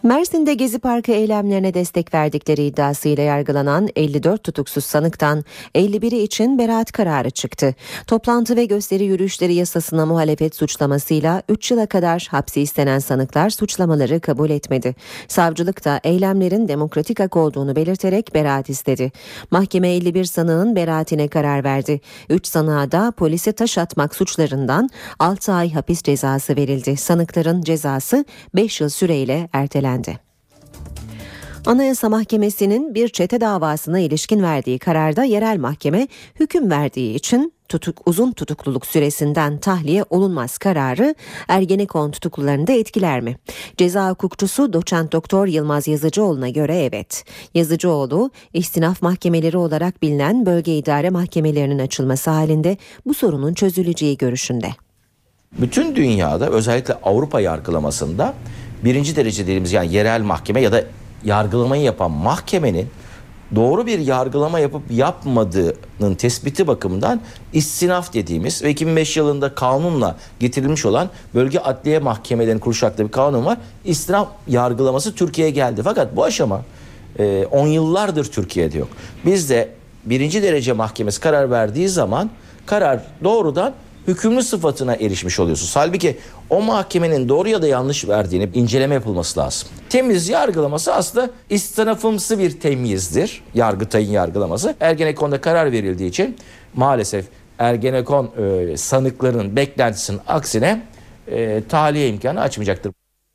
Mersin'de Gezi Parkı eylemlerine destek verdikleri iddiasıyla yargılanan 54 tutuksuz sanıktan 51'i için beraat kararı çıktı. Toplantı ve gösteri yürüyüşleri yasasına muhalefet suçlamasıyla 3 yıla kadar hapsi istenen sanıklar suçlamaları kabul etmedi. Savcılık da eylemlerin demokratik hak olduğunu belirterek beraat istedi. Mahkeme 51 sanığın beraatine karar verdi. 3 sanığa da polise taş atmak suçlarından 6 ay hapis cezası verildi. Sanıkların cezası 5 yıl süreyle ertelendi. Anayasa Mahkemesi'nin bir çete davasına ilişkin verdiği kararda yerel mahkeme hüküm verdiği için uzun tutukluluk süresinden tahliye olunmaz kararı Ergenekon tutuklularını da etkiler mi? Ceza hukukçusu doçent doktor Yılmaz Yazıcıoğlu'na göre evet. Yazıcıoğlu, istinaf mahkemeleri olarak bilinen bölge idare mahkemelerinin açılması halinde bu sorunun çözüleceği görüşünde. Bütün dünyada özellikle Avrupa yargılamasında birinci derece dediğimiz yani yerel mahkeme ya da yargılamayı yapan mahkemenin doğru bir yargılama yapıp yapmadığının tespiti bakımından istinaf dediğimiz ve 2005 yılında kanunla getirilmiş olan bölge adliye mahkemelerinin kuruluşu hakkında bir kanun var. İstinaf yargılaması Türkiye'ye geldi. Fakat bu aşama 10 yıllardır Türkiye'de yok. Bizde birinci derece mahkemesi karar verdiği zaman karar doğrudan hükümlü sıfatına erişmiş oluyorsunuz. Halbuki o mahkemenin doğru ya da yanlış verdiğini inceleme yapılması lazım. Temyiz yargılaması aslında istinafımsı bir temyizdir. Yargıtay'ın yargılaması. Ergenekon'da karar verildiği için maalesef Ergenekon sanıklarının beklentisinin aksine tahliye imkanı açmayacaktır.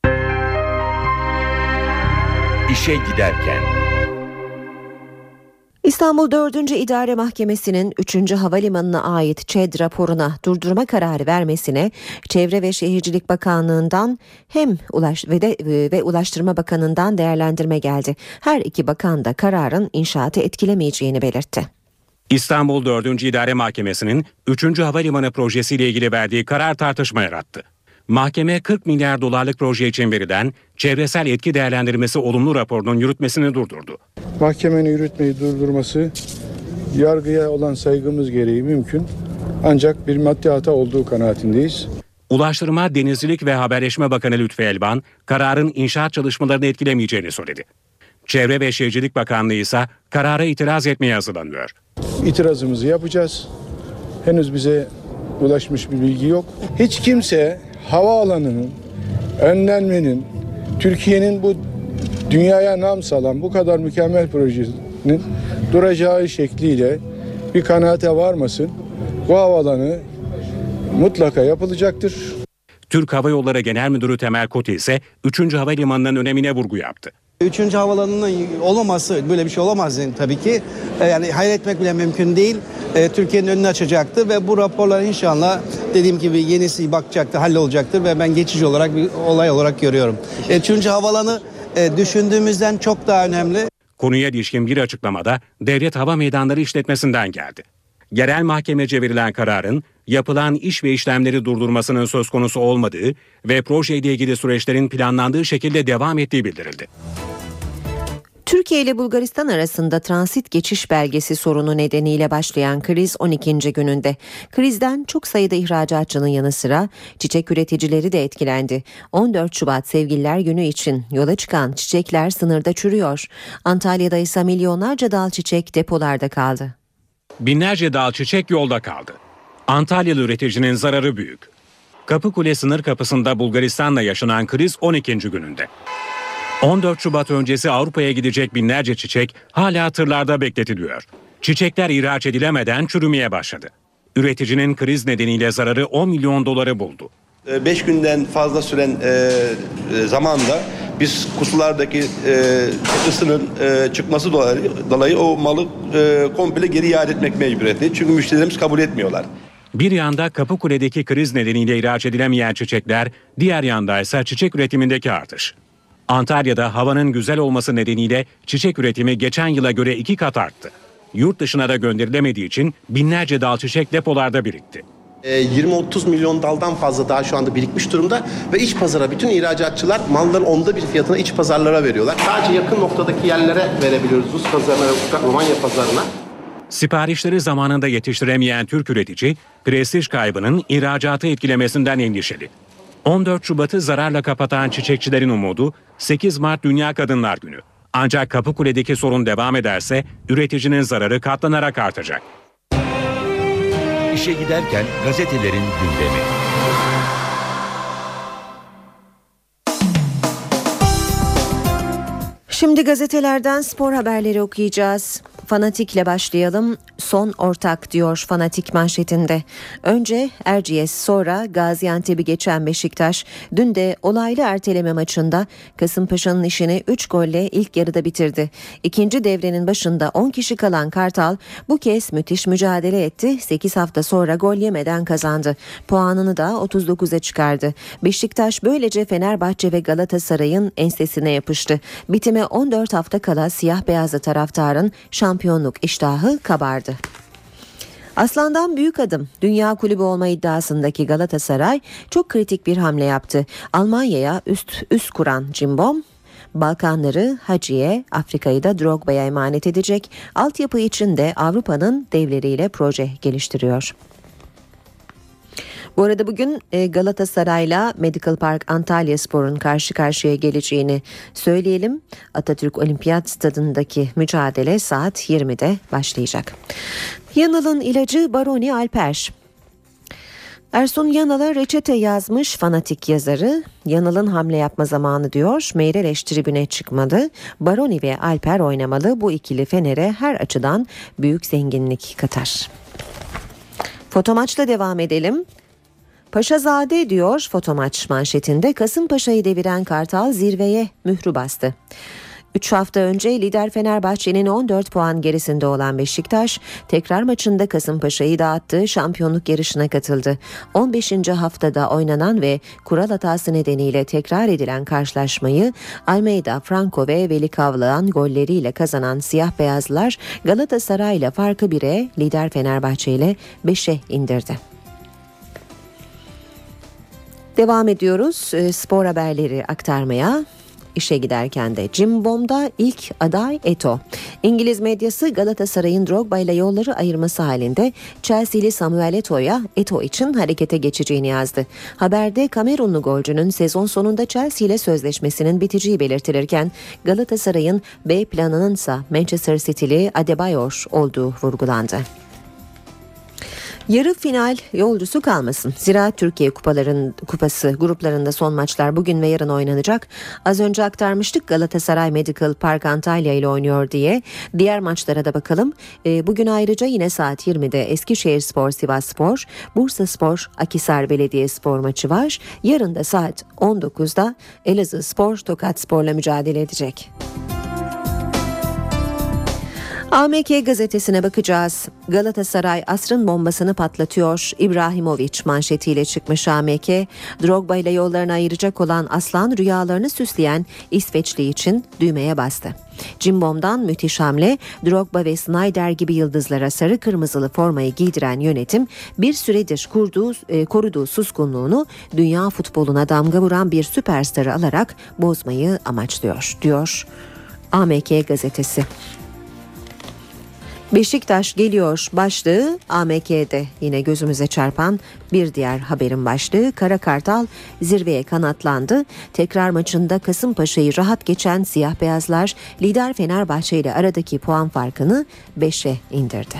İşe giderken. İstanbul 4. İdare Mahkemesi'nin 3. Havalimanı'na ait ÇED raporuna durdurma kararı vermesine Çevre ve Şehircilik Bakanlığı'ndan hem Ulaştırma Bakanı'ndan değerlendirme geldi. Her iki bakan da kararın inşaatı etkilemeyeceğini belirtti. İstanbul 4. İdare Mahkemesi'nin 3. Havalimanı projesiyle ilgili verdiği karar tartışma yarattı. Mahkeme 40 milyar dolarlık proje için verilen çevresel etki değerlendirmesi olumlu raporunun yürütmesini durdurdu. Mahkemenin yürütmeyi durdurması yargıya olan saygımız gereği mümkün. Ancak bir maddi hata olduğu kanaatindeyiz. Ulaştırma, Denizcilik ve Haberleşme Bakanı Lütfü Elvan kararın inşaat çalışmalarını etkilemeyeceğini söyledi. Çevre ve Şehircilik Bakanlığı ise karara itiraz etmeye hazırlanıyor. İtirazımızı yapacağız. Henüz bize ulaşmış bir bilgi yok. Hiç kimse havaalanının önlenmenin, Türkiye'nin bu dünyaya nam salan bu kadar mükemmel projesinin duracağı şekliyle bir kanaate varmasın. Bu havaalanı mutlaka yapılacaktır. Türk Hava Yolları Genel Müdürü Temel Koti ise 3. Havalimanı'nın önemine vurgu yaptı. 3. havaalanının olmaması, böyle bir şey olamaz yani tabii ki. Yani hayal etmek bile mümkün değil. Türkiye'nin önünü açacaktır ve bu raporlar inşallah dediğim gibi yenisi bakacaktır, hallolacaktır ve ben geçici olarak bir olay olarak görüyorum. 3. havaalanı düşündüğümüzden çok daha önemli. Konuya ilişkin bir açıklamada Devlet Hava Meydanları İşletmesi'nden geldi. Yerel mahkemece verilen kararın yapılan iş ve işlemleri durdurmasının söz konusu olmadığı ve projeyle ilgili süreçlerin planlandığı şekilde devam ettiği bildirildi. Türkiye ile Bulgaristan arasında transit geçiş belgesi sorunu nedeniyle başlayan kriz 12. gününde. Krizden çok sayıda ihracatçının yanı sıra çiçek üreticileri de etkilendi. 14 Şubat Sevgililer Günü için yola çıkan çiçekler sınırda çürüyor. Antalya'da ise milyonlarca dal çiçek depolarda kaldı. Binlerce dal çiçek yolda kaldı. Antalyalı üreticinin zararı büyük. Kapıkule sınır kapısında Bulgaristan'la yaşanan kriz 12. gününde. 14 Şubat öncesi Avrupa'ya gidecek binlerce çiçek hala tırlarda bekletiliyor. Çiçekler ihraç edilemeden çürümeye başladı. Üreticinin kriz nedeniyle zararı 10 milyon doları buldu. 5 günden fazla süren zamanda biz kutulardaki ısının çıkması dolayı o malı komple geri iade etmek mecburiyeti. Çünkü müşterilerimiz kabul etmiyorlar. Bir yanda Kapıkule'deki kriz nedeniyle ihraç edilemeyen çiçekler, diğer yanda ise çiçek üretimindeki artış. Antalya'da havanın güzel olması nedeniyle çiçek üretimi geçen yıla göre 2 kat arttı. Yurt dışına da gönderilemediği için binlerce dal çiçek depolarda birikti. 20-30 milyon daldan fazla daha şu anda birikmiş durumda ve iç pazara bütün ihracatçılar malların onda bir fiyatına iç pazarlara veriyorlar. Sadece yakın noktadaki yerlere verebiliyoruz. Rus pazarına ve Romanya pazarına. Siparişleri zamanında yetiştiremeyen Türk üretici, prestij kaybının ihracatı etkilemesinden endişeli. 14 Şubat'ı zararla kapatan çiçekçilerin umudu 8 Mart Dünya Kadınlar Günü. Ancak Kapıkule'deki sorun devam ederse üreticinin zararı katlanarak artacak. İşe giderken gazetelerin gündemi. Şimdi gazetelerden spor haberleri okuyacağız. Fanatik'le başlayalım. Son ortak diyor Fanatik manşetinde. Önce Erciyes, sonra Gaziantep'i geçen Beşiktaş dün de olaylı erteleme maçında Kasımpaşa'nın işini 3 golle ilk yarıda bitirdi. İkinci devrenin başında 10 kişi kalan Kartal bu kez müthiş mücadele etti. 8 hafta sonra gol yemeden kazandı. Puanını da 39'a çıkardı. Beşiktaş böylece Fenerbahçe ve Galatasaray'ın ensesine yapıştı. Bitime 14 hafta kala siyah beyazlı taraftarın şampiyonluk iştahı kabardı. Aslan'dan büyük adım. Dünya kulübü olma iddiasındaki Galatasaray çok kritik bir hamle yaptı. Almanya'ya üst kuran Cimbom, Balkanları Hacı'ye, Afrika'yı da Drogba'ya emanet edecek. Altyapı için de Avrupa'nın devleriyle proje geliştiriyor. Bu arada bugün Galatasaray'la Medical Park Antalyaspor'un karşı karşıya geleceğini söyleyelim. Atatürk Olimpiyat Stadı'ndaki mücadele saat 20'de başlayacak. Yanal'ın ilacı Baroni Alper. Ersun Yanal'a reçete yazmış Fanatik yazarı. Yanal'ın hamle yapma zamanı diyor. Meireles tribüne çıkmadı. Baroni ve Alper oynamalı. Bu ikili Fener'e her açıdan büyük zenginlik katar. Fotomaçla devam edelim. Paşazade diyor Fotomaç manşetinde, Kasımpaşa'yı deviren Kartal zirveye mührü bastı. 3 hafta önce lider Fenerbahçe'nin 14 puan gerisinde olan Beşiktaş, tekrar maçında Kasımpaşa'yı dağıttı, şampiyonluk yarışına katıldı. 15. haftada oynanan ve kural hatası nedeniyle tekrar edilen karşılaşmayı Almeida, Franco ve Veli Kavlağan golleriyle kazanan siyah beyazlılar Galatasaray'la farkı 1'e, lider Fenerbahçe ile 5'e indirdi. Devam ediyoruz spor haberleri aktarmaya. İşe giderken de Cimbom'da ilk aday Eto'o. İngiliz medyası Galatasaray'ın Drogba ile yolları ayırması halinde Chelsea'li Samuel Eto'o için harekete geçeceğini yazdı. Haberde Kamerunlu golcünün sezon sonunda Chelsea ile sözleşmesinin biteceği belirtilirken Galatasaray'ın B planınınsa Manchester City'li Adebayor olduğu vurgulandı. Yarı final yolcusu kalmasın. Zira Türkiye Kupası gruplarında son maçlar bugün ve yarın oynanacak. Az önce aktarmıştık, Galatasaray Medical Park Antalya ile oynuyor diye. Diğer maçlara da bakalım. Bugün ayrıca yine saat 20'de Eskişehirspor Sivasspor, Bursaspor Akhisar Belediyespor maçı var. Yarın da saat 19'da Elazığspor Tokatspor'la mücadele edecek. AMK gazetesine bakacağız. Galatasaray asrın bombasını patlatıyor. İbrahimovic manşetiyle çıkmış AMK. Drogba ile yollarını ayıracak olan Aslan rüyalarını süsleyen İsveçli için düğmeye bastı. Cimbom'dan müthiş hamle, Drogba ve Sneijder gibi yıldızlara sarı kırmızılı formayı giydiren yönetim bir süredir koruduğu suskunluğunu dünya futboluna damga vuran bir süperstarı alarak bozmayı amaçlıyor, diyor AMK gazetesi. Beşiktaş geliyor başlığı AMK'de yine gözümüze çarpan bir diğer haberin başlığı. Kara Kartal zirveye kanatlandı. Tekrar maçında Kasımpaşa'yı rahat geçen siyah beyazlar lider Fenerbahçe ile aradaki puan farkını 5'e indirdi.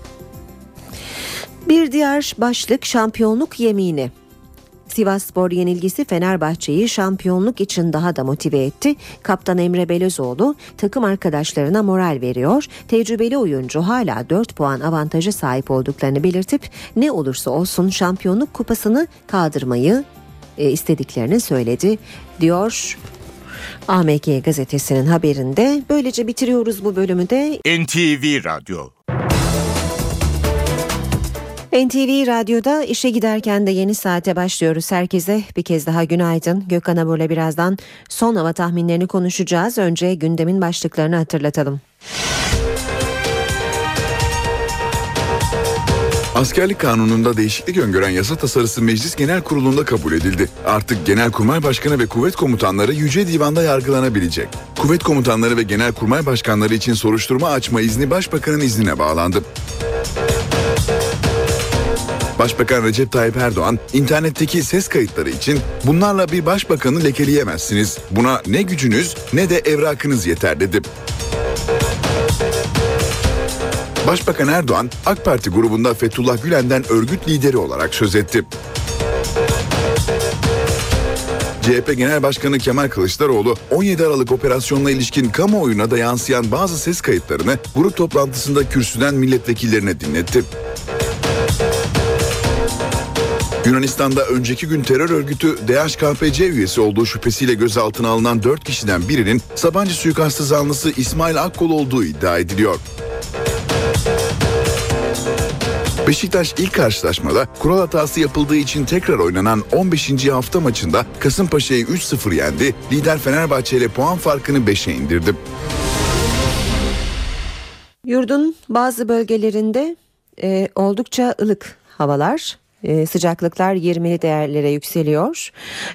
Bir diğer başlık şampiyonluk yemini. Sivasspor yenilgisi Fenerbahçe'yi şampiyonluk için daha da motive etti. Kaptan Emre Belözoğlu takım arkadaşlarına moral veriyor. Tecrübeli oyuncu hala 4 puan avantaja sahip olduklarını belirtip ne olursa olsun şampiyonluk kupasını kaldırmayı istediklerini söyledi, diyor AMK gazetesinin haberinde. Böylece bitiriyoruz bu bölümü de. NTV Radyo. NTV Radyo'da işe giderken de yeni saate başlıyoruz. Herkese bir kez daha günaydın. Gökhan Abur'la birazdan son hava tahminlerini konuşacağız. Önce gündemin başlıklarını hatırlatalım. Askerlik kanununda değişiklik öngören yasa tasarısı Meclis Genel Kurulu'nda kabul edildi. Artık Genelkurmay Başkanı ve kuvvet komutanları Yüce Divan'da yargılanabilecek. Kuvvet komutanları ve Genelkurmay Başkanları için soruşturma açma izni Başbakanın iznine bağlandı. Başbakan Recep Tayyip Erdoğan, internetteki ses kayıtları için bunlarla bir başbakanı lekeleyemezsiniz. Buna ne gücünüz ne de evrakınız yeter dedi. Başbakan Erdoğan, AK Parti grubunda Fethullah Gülen'den örgüt lideri olarak söz etti. CHP Genel Başkanı Kemal Kılıçdaroğlu 17 Aralık operasyonuna ilişkin kamuoyuna da yansıyan bazı ses kayıtlarını grup toplantısında kürsüden milletvekillerine dinletti. Yunanistan'da önceki gün terör örgütü DHKPC üyesi olduğu şüphesiyle gözaltına alınan 4 kişiden birinin Sabancı suikastı zanlısı İsmail Akkol olduğu iddia ediliyor. Beşiktaş ilk karşılaşmada kural hatası yapıldığı için tekrar oynanan 15. hafta maçında Kasımpaşa'yı 3-0 yendi. Lider Fenerbahçe ile puan farkını 5'e indirdi. Yurdun bazı bölgelerinde oldukça ılık havalar. Sıcaklıklar 20'li değerlere yükseliyor.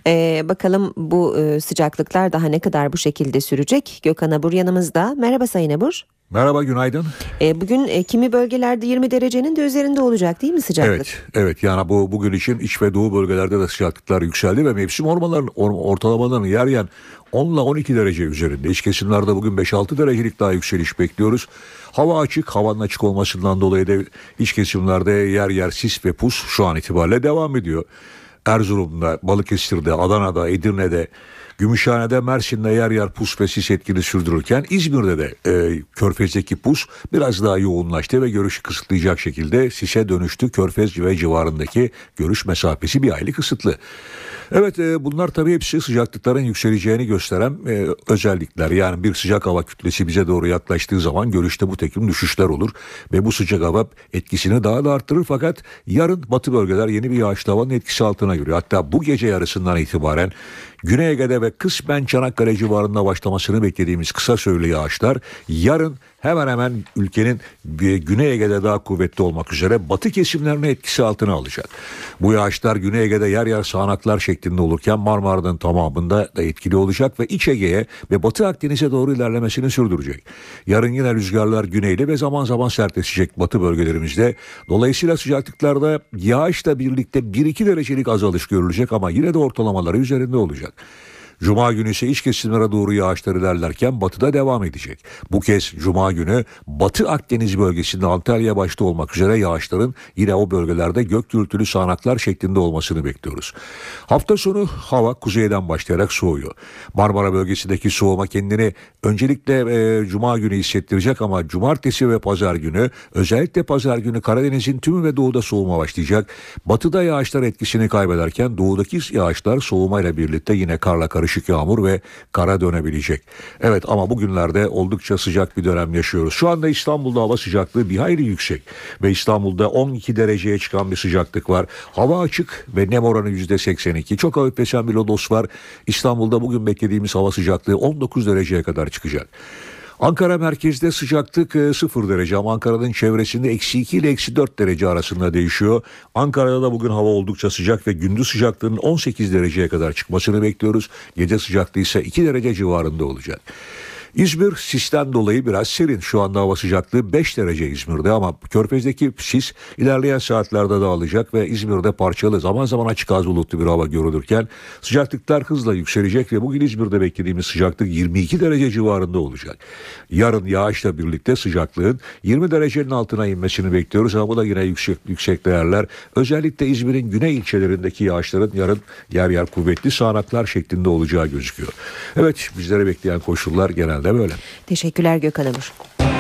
Bakalım bu sıcaklıklar daha ne kadar bu şekilde sürecek? Gökhan Abur yanımızda. Merhaba Sayın Abur. Merhaba, günaydın. Bugün kimi bölgelerde 20 derecenin de üzerinde olacak değil mi sıcaklık? Evet yani bugün için iç ve doğu bölgelerde de sıcaklıklar yükseldi ve mevsim ortalamalarının yer yer 10 ile 12 derece üzerinde. İç kesimlerde bugün 5-6 derecelik daha yükseliş bekliyoruz. Hava açık, havanın açık olmasından dolayı da iç kesimlerde yer yer sis ve pus şu an itibariyle devam ediyor. Erzurum'da, Balıkesir'de, Adana'da, Edirne'de, Gümüşhane'de, Mersin'de yer yer pus ve sis etkili sürdürürken İzmir'de de Körfez'deki pus biraz daha yoğunlaştı ve görüşü kısıtlayacak şekilde sise dönüştü. Körfez ve civarındaki görüş mesafesi bir hayli kısıtlı. Evet, bunlar tabii hepsi sıcaklıkların yükseleceğini gösteren özellikler. Yani bir sıcak hava kütlesi bize doğru yaklaştığı zaman görüşte bu takım düşüşler olur ve bu sıcak hava etkisini daha da arttırır. Fakat yarın batı bölgeler yeni bir yağışlı havanın etkisi altına giriyor. Hatta bu gece yarısından itibaren Güney Ege'de ve kısmen Çanakkale civarında başlamasını beklediğimiz kısa süreli yağışlar yarın hemen hemen ülkenin Güney Ege'de daha kuvvetli olmak üzere batı kesimlerine etkisi altına alacak. Bu yağışlar Güney Ege'de yer yer sağanaklar şeklinde olurken Marmara'nın tamamında da etkili olacak ve İç Ege'ye ve Batı Akdeniz'e doğru ilerlemesini sürdürecek. Yarın yine rüzgarlar güneyli ve zaman zaman sertleşecek batı bölgelerimizde. Dolayısıyla sıcaklıklarda yağışla birlikte 1-2 derecelik azalış görülecek ama yine de ortalamaları üzerinde olacak. Cuma günü ise iç kesimlere doğru yağışlar ilerlerken batıda devam edecek. Bu kez Cuma günü Batı Akdeniz bölgesinde Antalya başta olmak üzere yağışların yine o bölgelerde gök gürültülü sağanaklar şeklinde olmasını bekliyoruz. Hafta sonu hava kuzeyden başlayarak soğuyor. Marmara bölgesindeki soğuma kendini öncelikle Cuma günü hissettirecek ama Cumartesi ve Pazar günü, özellikle Pazar günü Karadeniz'in tümü ve doğuda soğuma başlayacak. Batıda yağışlar etkisini kaybederken doğudaki yağışlar soğumayla birlikte yine karla karışık yağmur ve kara dönebilecek. Evet, ama bugünlerde oldukça sıcak bir dönem yaşıyoruz. Şu anda İstanbul'da hava sıcaklığı bir hayli yüksek ve İstanbul'da 12 dereceye çıkan bir sıcaklık var. Hava açık ve nem oranı %82. Çok hafif esen bir lodos var. İstanbul'da bugün beklediğimiz hava sıcaklığı 19 dereceye kadar çıkacak. Ankara merkezde sıcaklık 0 derece ama Ankara'nın çevresinde -2 ile -4 derece arasında değişiyor. Ankara'da da bugün hava oldukça sıcak ve gündüz sıcaklığının 18 dereceye kadar çıkmasını bekliyoruz. Gece sıcaklığı ise 2 derece civarında olacak. İzmir sisten dolayı biraz serin. Şu anda hava sıcaklığı 5 derece İzmir'de ama Körfez'deki sis ilerleyen saatlerde dağılacak ve İzmir'de parçalı zaman zaman açık az bulutlu bir hava görülürken sıcaklıklar hızla yükselecek ve bugün İzmir'de beklediğimiz sıcaklık 22 derece civarında olacak. Yarın yağışla birlikte sıcaklığın 20 derecenin altına inmesini bekliyoruz ama bu da yine yüksek değerler. Özellikle İzmir'in güney ilçelerindeki yağışların yarın yer yer kuvvetli sağanaklar şeklinde olacağı gözüküyor. Evet, bizlere bekleyen koşullar genelde böyle. Teşekkürler Gökhan Abur.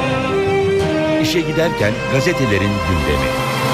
İşe giderken gazetelerin gündemi.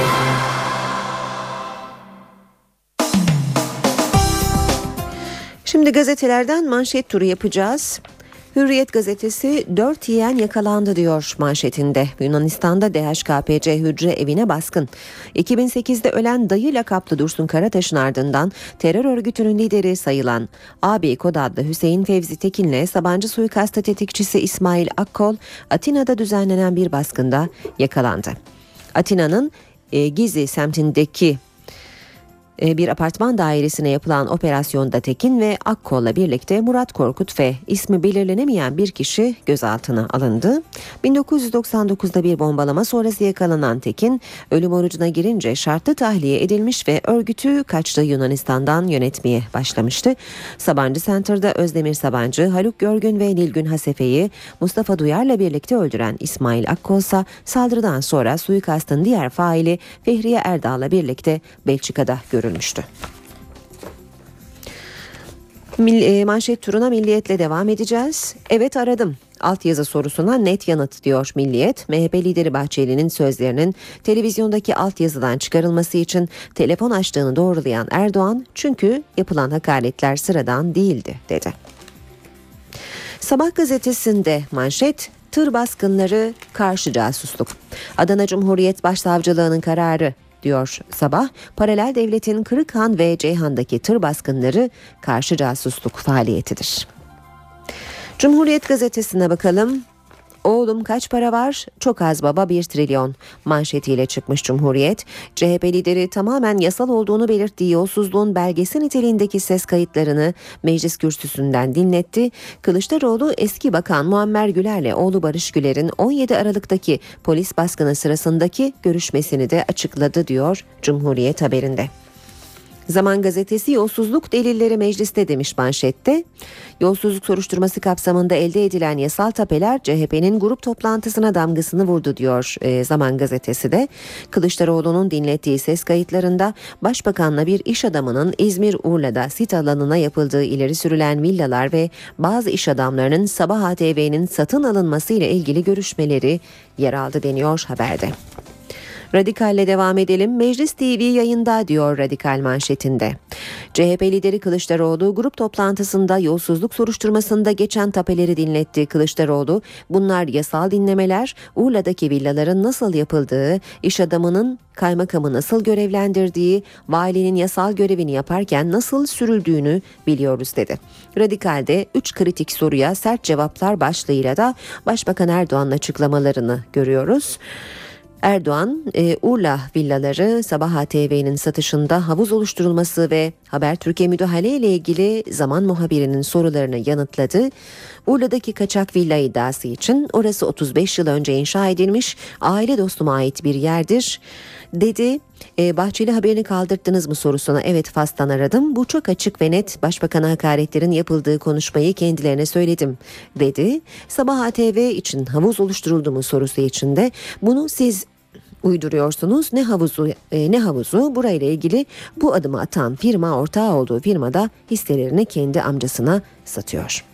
Şimdi gazetelerden manşet turu yapacağız. Hürriyet gazetesi 4 yiyen yakalandı diyor manşetinde. Yunanistan'da DHKPC hücre evine baskın. 2008'de ölen dayı lakaplı Dursun Karataş'ın ardından terör örgütünün lideri sayılan AB kod adlı Hüseyin Fevzi Tekin'le Sabancı suikastı tetikçisi İsmail Akkol, Atina'da düzenlenen bir baskında yakalandı. Atina'nın Gizi semtindeki bir apartman dairesine yapılan operasyonda Tekin ve Akkol'la birlikte Murat Korkut ve ismi belirlenemeyen bir kişi gözaltına alındı. 1999'da bir bombalama sonrası yakalanan Tekin, ölüm orucuna girince şartlı tahliye edilmiş ve örgütü kaçtığı Yunanistan'dan yönetmeye başlamıştı. Sabancı Center'da Özdemir Sabancı, Haluk Görgün ve Nilgün Hasefe'yi Mustafa Duyar'la birlikte öldüren İsmail Akkol ise saldırıdan sonra suikastın diğer faili Fehriye Erdağ'la birlikte Belçika'da görülmüştü. Manşet turuna Milliyet'le devam edeceğiz. Evet aradım. Altyazı sorusuna net yanıt diyor Milliyet. MHP lideri Bahçeli'nin sözlerinin televizyondaki altyazıdan çıkarılması için telefon açtığını doğrulayan Erdoğan, çünkü yapılan hakaretler sıradan değildi dedi. Sabah gazetesinde manşet, tır baskınları karşı casusluk. Adana Cumhuriyet Başsavcılığı'nın kararı diyor Sabah. Paralel devletin Kırıkhan ve Ceyhan'daki tır baskınları karşı casusluk faaliyetidir. Cumhuriyet gazetesine bakalım. Oğlum kaç para var? Çok az baba 1 trilyon manşetiyle çıkmış Cumhuriyet. CHP lideri tamamen yasal olduğunu belirttiği yolsuzluğun belgesi niteliğindeki ses kayıtlarını meclis kürsüsünden dinletti. Kılıçdaroğlu eski bakan Muammer Güler'le oğlu Barış Güler'in 17 Aralık'taki polis baskını sırasındaki görüşmesini de açıkladı diyor Cumhuriyet haberinde. Zaman gazetesi yolsuzluk delilleri mecliste demiş manşette. Yolsuzluk soruşturması kapsamında elde edilen yasal tapeler CHP'nin grup toplantısına damgasını vurdu diyor Zaman gazetesi de. Kılıçdaroğlu'nun dinlettiği ses kayıtlarında başbakanla bir iş adamının İzmir Urla'da sit alanına yapıldığı ileri sürülen villalar ve bazı iş adamlarının Sabah ATV'nin satın alınması ile ilgili görüşmeleri yer aldı deniyor haberde. Radikal'le devam edelim. Meclis TV yayında diyor Radikal manşetinde. CHP lideri Kılıçdaroğlu grup toplantısında yolsuzluk soruşturmasında geçen tapeleri dinletti. Kılıçdaroğlu, bunlar yasal dinlemeler, Urla'daki villaların nasıl yapıldığı, iş adamının kaymakamı nasıl görevlendirdiği, valinin yasal görevini yaparken nasıl sürüldüğünü biliyoruz dedi. Radikal'de 3 kritik soruya sert cevaplar başlığıyla da Başbakan Erdoğan'ın açıklamalarını görüyoruz. Erdoğan, Urla villaları Sabah ATV'nin satışında havuz oluşturulması ve Habertürk'e müdahale ile ilgili Zaman muhabirinin sorularını yanıtladı. Urla'daki kaçak villa iddiası için orası 35 yıl önce inşa edilmiş, aile dostuma ait bir yerdir dedi. Bahçeli haberini kaldırttınız mı sorusuna evet Fas'tan aradım. Bu çok açık ve net, başbakana hakaretlerin yapıldığı konuşmayı kendilerine söyledim dedi. Sabah ATV için havuz oluşturuldu mu sorusu için de bunu siz uyduruyorsunuz. Ne havuzu burayla ilgili bu adımı atan firma ortağı olduğu firmada hisselerini kendi amcasına satıyor.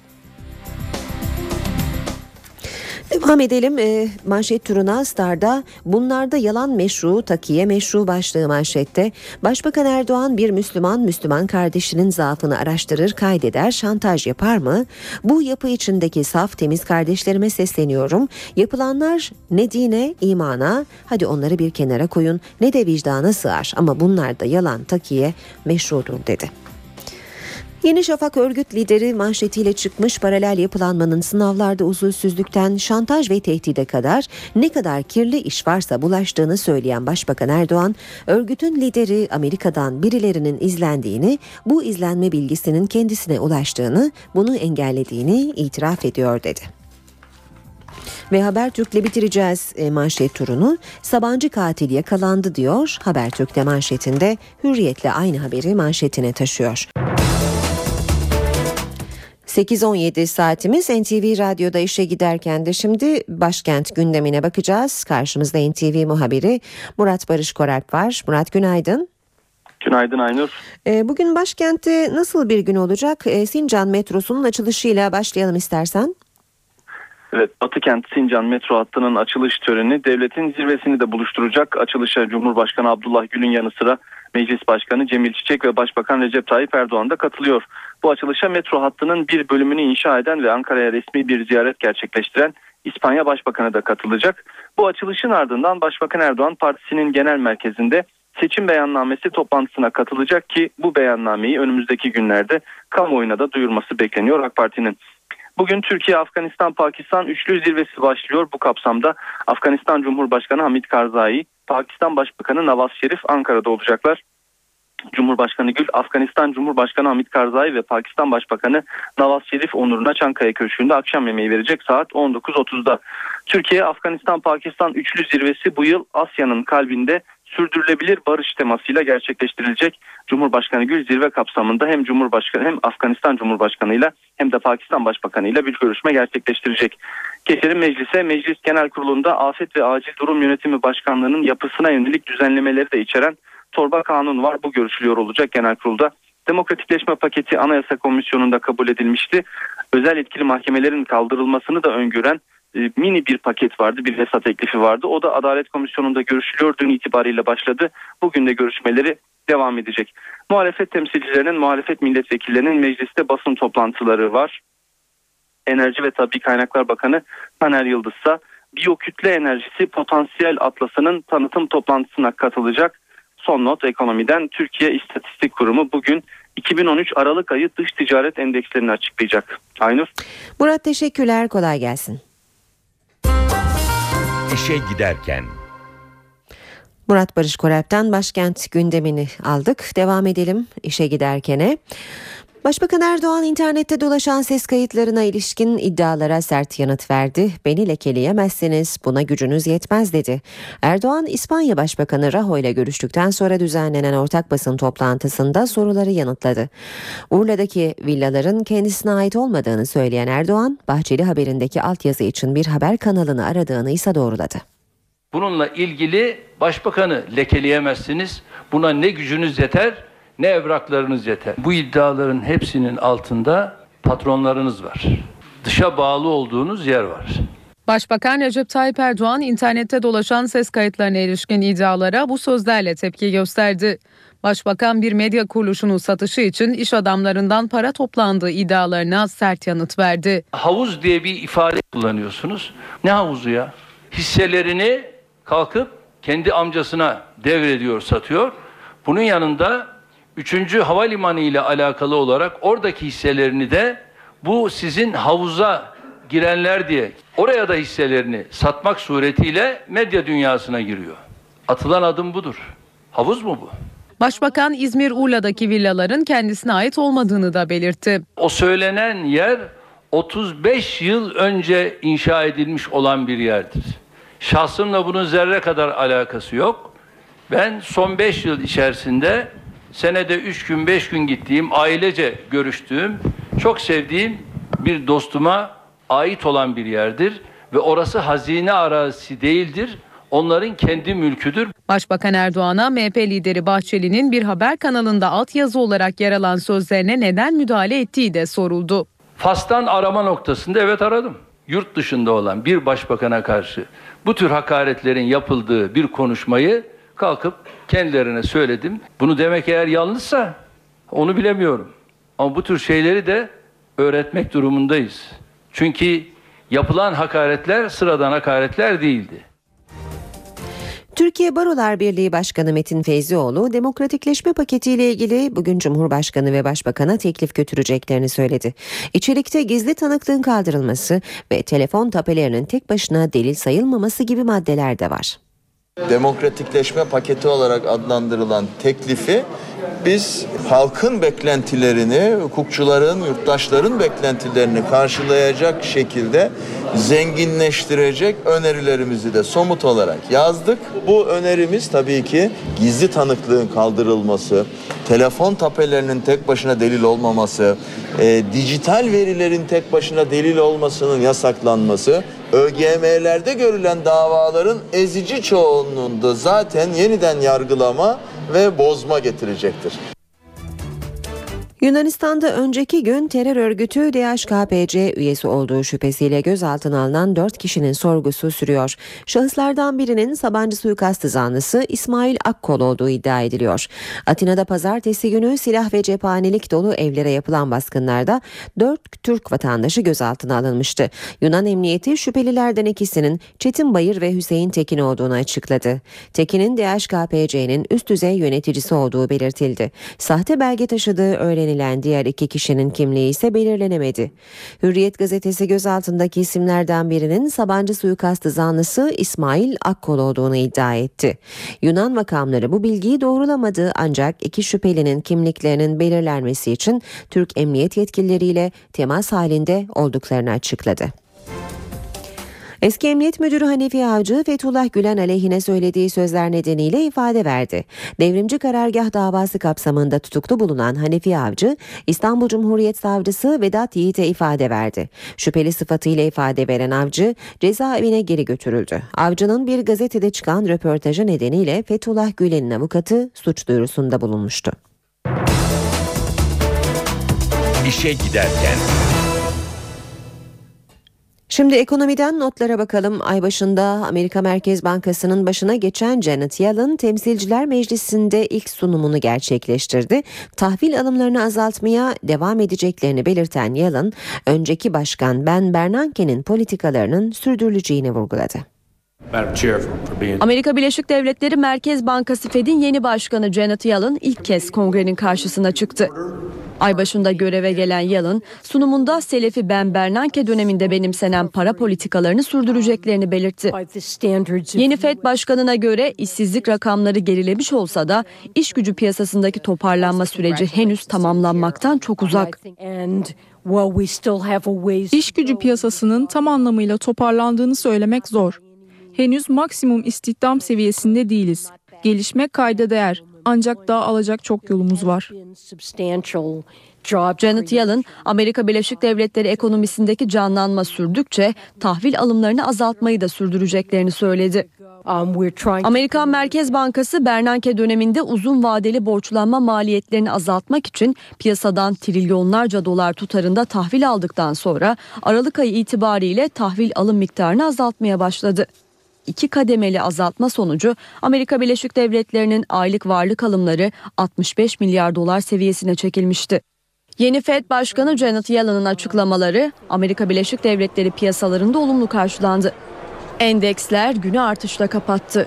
Devam edelim manşet turuna. Star'da bunlarda yalan meşru, takiye meşru başlığı manşette. Başbakan Erdoğan bir Müslüman kardeşinin zaafını araştırır, kaydeder, şantaj yapar mı? Bu yapı içindeki saf temiz kardeşlerime sesleniyorum. Yapılanlar ne dine, imana, hadi onları bir kenara koyun, ne de vicdana sığar ama bunlar da yalan, takiye meşrudur dedi. Yeni Şafak örgüt lideri manşetiyle çıkmış. Paralel yapılanmanın sınavlarda usulsüzlükten şantaj ve tehdide kadar ne kadar kirli iş varsa bulaştığını söyleyen Başbakan Erdoğan, örgütün lideri Amerika'dan birilerinin izlendiğini, bu izlenme bilgisinin kendisine ulaştığını, bunu engellediğini itiraf ediyor dedi. Ve Habertürk'le bitireceğiz manşet turunu. Sabancı katil yakalandı diyor Habertürk'te manşetinde. Hürriyet'le aynı haberi manşetine taşıyor. 8:17 saatimiz. NTV Radyo'da işe giderken de şimdi başkent gündemine bakacağız. Karşımızda NTV muhabiri Murat Barış Korak var. Murat günaydın. Günaydın Aynur. Bugün başkentte nasıl bir gün olacak? Sincan metrosunun açılışıyla başlayalım istersen. Evet, Batıkent Sincan metro hattının açılış töreni devletin zirvesini de buluşturacak. Açılışa Cumhurbaşkanı Abdullah Gül'ün yanı sıra Meclis Başkanı Cemil Çiçek ve Başbakan Recep Tayyip Erdoğan da katılıyor. Bu açılışa metro hattının bir bölümünü inşa eden ve Ankara'ya resmi bir ziyaret gerçekleştiren İspanya Başbakanı da katılacak. Bu açılışın ardından Başbakan Erdoğan partisinin genel merkezinde seçim beyannamesi toplantısına katılacak ki bu beyannameyi önümüzdeki günlerde kamuoyuna da duyurması bekleniyor AK Parti'nin. Bugün Türkiye, Afganistan, Pakistan üçlü zirvesi başlıyor. Bu kapsamda Afganistan Cumhurbaşkanı Hamid Karzai, Pakistan Başbakanı Nawaz Şerif Ankara'da olacaklar. Cumhurbaşkanı Gül, Afganistan Cumhurbaşkanı Hamid Karzai ve Pakistan Başbakanı Nawaz Şerif onuruna Çankaya Köşkü'nde akşam yemeği verecek saat 19.30'da. Türkiye, Afganistan, Pakistan üçlü zirvesi bu yıl Asya'nın kalbinde sürdürülebilir barış temasıyla gerçekleştirilecek. Cumhurbaşkanı Gül zirve kapsamında hem Afganistan Cumhurbaşkanı'yla hem de Pakistan Başbakanı'yla bir görüşme gerçekleştirecek. Geçelim meclise. Meclis Genel Kurulu'nda Afet ve Acil Durum Yönetimi Başkanlığı'nın yapısına yönelik düzenlemeleri de içeren torba kanun var. Bu görüşülüyor olacak genel kurulda. Demokratikleşme paketi Anayasa Komisyonu'nda kabul edilmişti. Özel yetkili mahkemelerin kaldırılmasını da öngören mini bir paket vardı, bir yasa teklifi vardı. O da Adalet Komisyonu'nda görüşülüyor. Dün itibariyle başladı. Bugün de görüşmeleri devam edecek. Muhalefet temsilcilerinin, muhalefet milletvekillerinin mecliste basın toplantıları var. Enerji ve Tabii Kaynaklar Bakanı Taner Yıldız ise biyokütle enerjisi potansiyel atlasının tanıtım toplantısına katılacak. Son not ekonomiden. Türkiye İstatistik Kurumu bugün 2013 Aralık ayı dış ticaret endekslerini açıklayacak. Aynur. Murat, teşekkürler, kolay gelsin. İşe giderken. Murat Barış Koralp'ten başkent gündemini aldık. Devam edelim işe giderkene. Başbakan Erdoğan internette dolaşan ses kayıtlarına ilişkin iddialara sert yanıt verdi. Beni lekeleyemezsiniz, buna gücünüz yetmez dedi. Erdoğan, İspanya Başbakanı Rajoy ile görüştükten sonra düzenlenen ortak basın toplantısında soruları yanıtladı. Urla'daki villaların kendisine ait olmadığını söyleyen Erdoğan, Bahçeli haberindeki altyazı için bir haber kanalını aradığını ise doğruladı. Bununla ilgili başbakanı lekeleyemezsiniz, buna ne gücünüz yeter ne evraklarınız yeter. Bu iddiaların hepsinin altında patronlarınız var. Dışa bağlı olduğunuz yer var. Başbakan Recep Tayyip Erdoğan internette dolaşan ses kayıtlarına ilişkin iddialara bu sözlerle tepki gösterdi. Başbakan bir medya kuruluşunun satışı için iş adamlarından para toplandığı iddialarına sert yanıt verdi. Havuz diye bir ifade kullanıyorsunuz. Ne havuzu ya? Hisselerini kalkıp kendi amcasına devrediyor, satıyor. Bunun yanında 3. havalimanı ile alakalı olarak oradaki hisselerini de bu sizin havuza girenler diye oraya da hisselerini satmak suretiyle medya dünyasına giriyor. Atılan adım budur. Havuz mu bu? Başbakan İzmir Urla'daki villaların kendisine ait olmadığını da belirtti. O söylenen yer 35 yıl önce inşa edilmiş olan bir yerdir. Şahsımla bunun zerre kadar alakası yok. Ben son 5 yıl içerisinde senede 3 gün 5 gün gittiğim, ailece görüştüğüm, çok sevdiğim bir dostuma ait olan bir yerdir. Ve orası hazine arazisi değildir. Onların kendi mülküdür. Başbakan Erdoğan'a MHP lideri Bahçeli'nin bir haber kanalında altyazı olarak yer alan sözlerine neden müdahale ettiği de soruldu. Fas'tan arama noktasında evet aradım. Yurt dışında olan bir başbakana karşı bu tür hakaretlerin yapıldığı bir konuşmayı kalkıp kendilerine söyledim. Bunu demek eğer yanlışsa onu bilemiyorum. Ama bu tür şeyleri de öğretmek durumundayız. Çünkü yapılan hakaretler sıradan hakaretler değildi. Türkiye Barolar Birliği Başkanı Metin Feyzioğlu, demokratikleşme paketiyle ilgili bugün Cumhurbaşkanı ve Başbakan'a teklif götüreceklerini söyledi. İçerikte gizli tanıklığın kaldırılması ve telefon tapelerinin tek başına delil sayılmaması gibi maddeler de var. Demokratikleşme paketi olarak adlandırılan teklifi biz halkın beklentilerini, hukukçuların, yurttaşların beklentilerini karşılayacak şekilde zenginleştirecek önerilerimizi de somut olarak yazdık. Bu önerimiz tabii ki gizli tanıklığın kaldırılması, telefon tapelerinin tek başına delil olmaması, dijital verilerin tek başına delil olmasının yasaklanması, ÖGM'lerde görülen davaların ezici çoğunluğunda zaten yeniden yargılama ve bozma getirecektir. Yunanistan'da önceki gün terör örgütü DHKPC üyesi olduğu şüphesiyle gözaltına alınan 4 kişinin sorgusu sürüyor. Şahıslardan birinin Sabancı suikastı zanlısı İsmail Akkol olduğu iddia ediliyor. Atina'da pazartesi günü silah ve cephanelik dolu evlere yapılan baskınlarda 4 Türk vatandaşı gözaltına alınmıştı. Yunan emniyeti şüphelilerden ikisinin Çetin Bayır ve Hüseyin Tekin olduğunu açıkladı. Tekin'in DHKPC'nin üst düzey yöneticisi olduğu belirtildi. Sahte belge taşıdığı öğrenilen denilen diğer 2 kişinin kimliği ise belirlenemedi. Hürriyet gazetesi gözaltındaki isimlerden birinin Sabancı suikastı zanlısı İsmail Akkol olduğunu iddia etti. Yunan makamları bu bilgiyi doğrulamadı ancak 2 şüphelinin kimliklerinin belirlenmesi için Türk emniyet yetkilileriyle temas halinde olduklarını açıkladı. Eski Emniyet Müdürü Hanefi Avcı, Fethullah Gülen aleyhine söylediği sözler nedeniyle ifade verdi. Devrimci karargah davası kapsamında tutuklu bulunan Hanefi Avcı, İstanbul Cumhuriyet Savcısı Vedat Yiğit'e ifade verdi. Şüpheli sıfatıyla ifade veren Avcı, cezaevine geri götürüldü. Avcı'nın bir gazetede çıkan röportajı nedeniyle Fethullah Gülen'in avukatı suç duyurusunda bulunmuştu. İşe giderken. Şimdi ekonomiden notlara bakalım. Ay başında Amerika Merkez Bankası'nın başına geçen Janet Yellen Temsilciler Meclisi'nde ilk sunumunu gerçekleştirdi. Tahvil alımlarını azaltmaya devam edeceklerini belirten Yellen, önceki başkan Ben Bernanke'nin politikalarının sürdürüleceğini vurguladı. Amerika Birleşik Devletleri Merkez Bankası Fed'in yeni başkanı Janet Yellen ilk kez kongrenin karşısına çıktı. Ay başında göreve gelen Yellen, sunumunda Selefi Ben Bernanke döneminde benimsenen para politikalarını sürdüreceklerini belirtti. Yeni Fed başkanına göre işsizlik rakamları gerilemiş olsa da iş gücü piyasasındaki toparlanma süreci henüz tamamlanmaktan çok uzak. İş gücü piyasasının tam anlamıyla toparlandığını söylemek zor. Henüz maksimum istihdam seviyesinde değiliz. Gelişme kayda değer. Ancak daha alacak çok yolumuz var. Janet Yellen, Amerika Birleşik Devletleri ekonomisindeki canlanma sürdükçe tahvil alımlarını azaltmayı da sürdüreceklerini söyledi. Amerikan Merkez Bankası Bernanke döneminde uzun vadeli borçlanma maliyetlerini azaltmak için piyasadan trilyonlarca dolar tutarında tahvil aldıktan sonra Aralık ayı itibariyle tahvil alım miktarını azaltmaya başladı. 2 kademeli azaltma sonucu Amerika Birleşik Devletleri'nin aylık varlık alımları 65 milyar dolar seviyesine çekilmişti. Yeni Fed Başkanı Janet Yellen'ın açıklamaları Amerika Birleşik Devletleri piyasalarında olumlu karşılandı. Endeksler günü artışla kapattı.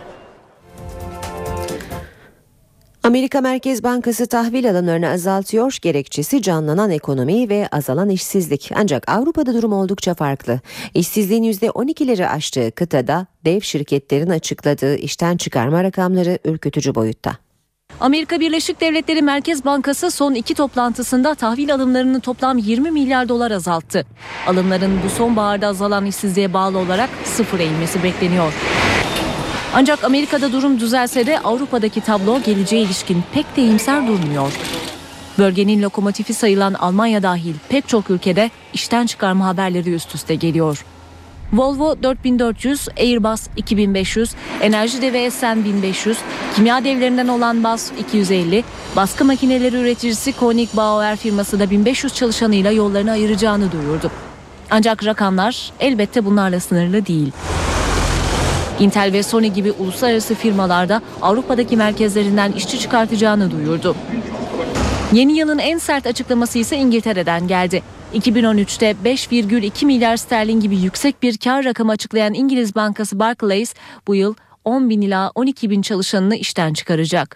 Amerika Merkez Bankası tahvil alımlarını azaltıyor, gerekçesi canlanan ekonomi ve azalan işsizlik. Ancak Avrupa'da durum oldukça farklı. İşsizliğin %12'leri aştığı kıtada dev şirketlerin açıkladığı işten çıkarma rakamları ürkütücü boyutta. Amerika Birleşik Devletleri Merkez Bankası son 2 toplantısında tahvil alımlarını toplam 20 milyar dolar azalttı. Alımların bu sonbaharda azalan işsizliğe bağlı olarak sıfır eğilmesi bekleniyor. Ancak Amerika'da durum düzelse de Avrupa'daki tablo geleceğe ilişkin pek de iyimser durmuyor. Bölgenin lokomotifi sayılan Almanya dahil pek çok ülkede işten çıkarma haberleri üst üste geliyor. Volvo 4400, Airbus 2500, enerji devi Essen 1500, kimya devlerinden olan BAS 250, baskı makineleri üreticisi Koenig Bauer firması da 1500 çalışanıyla yollarını ayıracağını duyurdu. Ancak rakamlar elbette bunlarla sınırlı değil. Intel ve Sony gibi uluslararası firmalarda Avrupa'daki merkezlerinden işçi çıkartacağını duyurdu. Yeni yılın en sert açıklaması ise İngiltere'den geldi. 2013'te 5,2 milyar sterlin gibi yüksek bir kar rakamı açıklayan İngiliz bankası Barclays bu yıl 10 bin ila 12 bin çalışanını işten çıkaracak.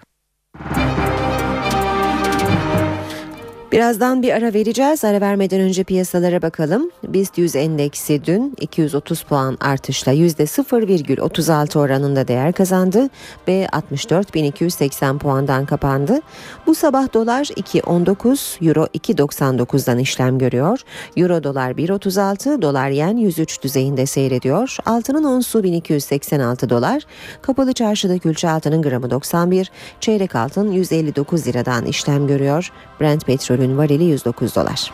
Birazdan bir ara vereceğiz. Ara vermeden önce piyasalara bakalım. BIST 100 endeksi dün 230 puan artışla %0,36 oranında değer kazandı ve 64.280 puandan kapandı. Bu sabah dolar 2.19, euro 2.99'dan işlem görüyor. Euro dolar 1.36, dolar yen 103 düzeyinde seyrediyor. Altının onsu 1286 dolar. Kapalı çarşıda külçe altının gramı 91, çeyrek altın 159 liradan işlem görüyor. Brent petrolün varili 109 dolar.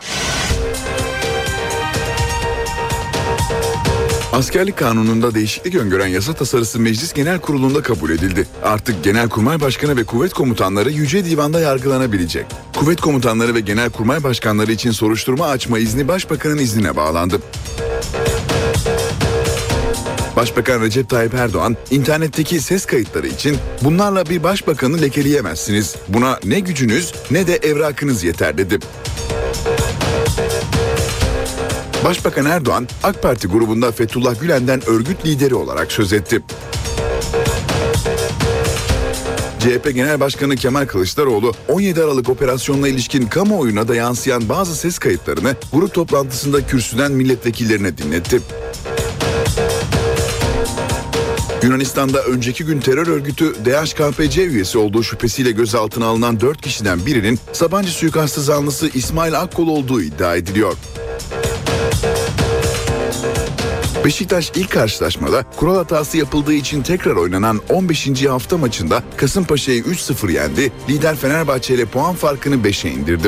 Askerlik kanununda değişiklik öngören yasa tasarısı Meclis Genel Kurulu'nda kabul edildi. Artık Genelkurmay Başkanı ve kuvvet komutanları Yüce Divan'da yargılanabilecek. Kuvvet komutanları ve Genelkurmay Başkanları için soruşturma açma izni Başbakan'ın iznine bağlandı. Başbakan Recep Tayyip Erdoğan, internetteki ses kayıtları için bunlarla bir başbakanı lekeleyemezsiniz. Buna ne gücünüz ne de evrakınız yeter dedi. Başbakan Erdoğan, AK Parti grubunda Fethullah Gülen'den örgüt lideri olarak söz etti. CHP Genel Başkanı Kemal Kılıçdaroğlu 17 Aralık operasyonuna ilişkin kamuoyuna da yansıyan bazı ses kayıtlarını grup toplantısında kürsüden milletvekillerine dinletti. Yunanistan'da önceki gün terör örgütü DHKPC üyesi olduğu şüphesiyle gözaltına alınan 4 kişiden birinin Sabancı suikastı zanlısı İsmail Akkol olduğu iddia ediliyor. Beşiktaş ilk karşılaşmada kural hatası yapıldığı için tekrar oynanan 15. hafta maçında Kasımpaşa'yı 3-0 yendi, lider Fenerbahçe ile puan farkını 5'e indirdi.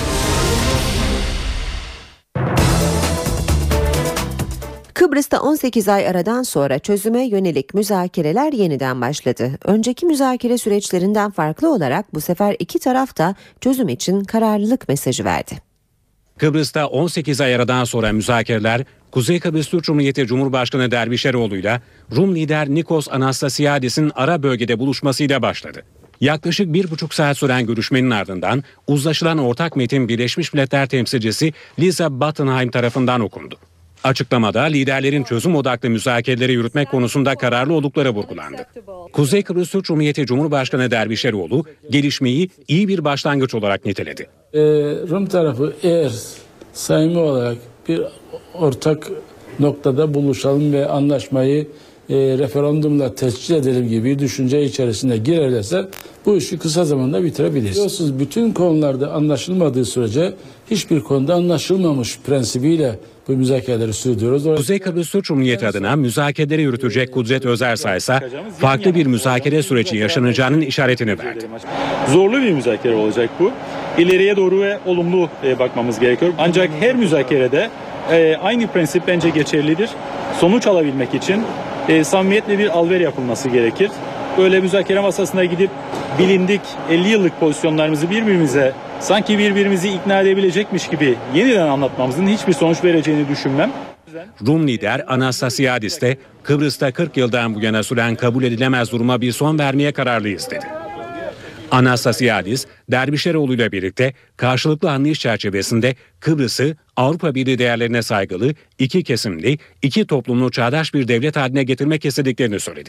Kıbrıs'ta 18 ay aradan sonra çözüme yönelik müzakereler yeniden başladı. Önceki müzakere süreçlerinden farklı olarak bu sefer iki taraf da çözüm için kararlılık mesajı verdi. Kıbrıs'ta 18 ay aradan sonra müzakereler Kuzey Kıbrıs Türk Cumhuriyeti Cumhurbaşkanı Dervişeroğlu ile Rum lider Nikos Anastasiadis'in ara bölgede buluşmasıyla başladı. Yaklaşık 1,5 saat süren görüşmenin ardından uzlaşılan ortak metin Birleşmiş Milletler temsilcisi Lisa Battenheim tarafından okundu. Açıklamada liderlerin çözüm odaklı müzakereleri yürütmek konusunda kararlı oldukları vurgulandı. Kuzey Kıbrıs Türk Cumhuriyeti Cumhurbaşkanı Dervişeroğlu gelişmeyi iyi bir başlangıç olarak niteledi. Rum tarafı eğer samimi olarak bir ortak noktada buluşalım ve anlaşmayı referandumla tescil edelim gibi bir düşünce içerisine girerlerse bu işi kısa zamanda bitirebiliriz. Biliyorsunuz bütün konularda anlaşılmadığı sürece hiçbir konuda anlaşılmamış prensibiyle bu müzakereleri sürdürüyoruz. Kuzey Kıbrıs Türk Cumhuriyeti adına müzakereleri yürütecek Kudret Özersay ise farklı bir müzakere süreci yaşanacağının işaretini verdi. Zorlu bir müzakere olacak bu. İleriye doğru ve olumlu bakmamız gerekiyor. Ancak her müzakerede aynı prensip bence geçerlidir. Sonuç alabilmek için samimiyetle bir alver yapılması gerekir. Böyle müzakere masasına gidip bilindik 50 yıllık pozisyonlarımızı sanki birbirimizi ikna edebilecekmiş gibi yeniden anlatmamızın hiçbir sonuç vereceğini düşünmem. Rum lider Anastasiadis de Kıbrıs'ta 40 yıldan bu yana süren kabul edilemez duruma bir son vermeye kararlıyız dedi. Anastasiadis, Dervişeroğlu ile birlikte karşılıklı anlayış çerçevesinde Kıbrıs'ı Avrupa Birliği değerlerine saygılı, iki kesimli, iki toplumlu çağdaş bir devlet haline getirmek istediklerini söyledi.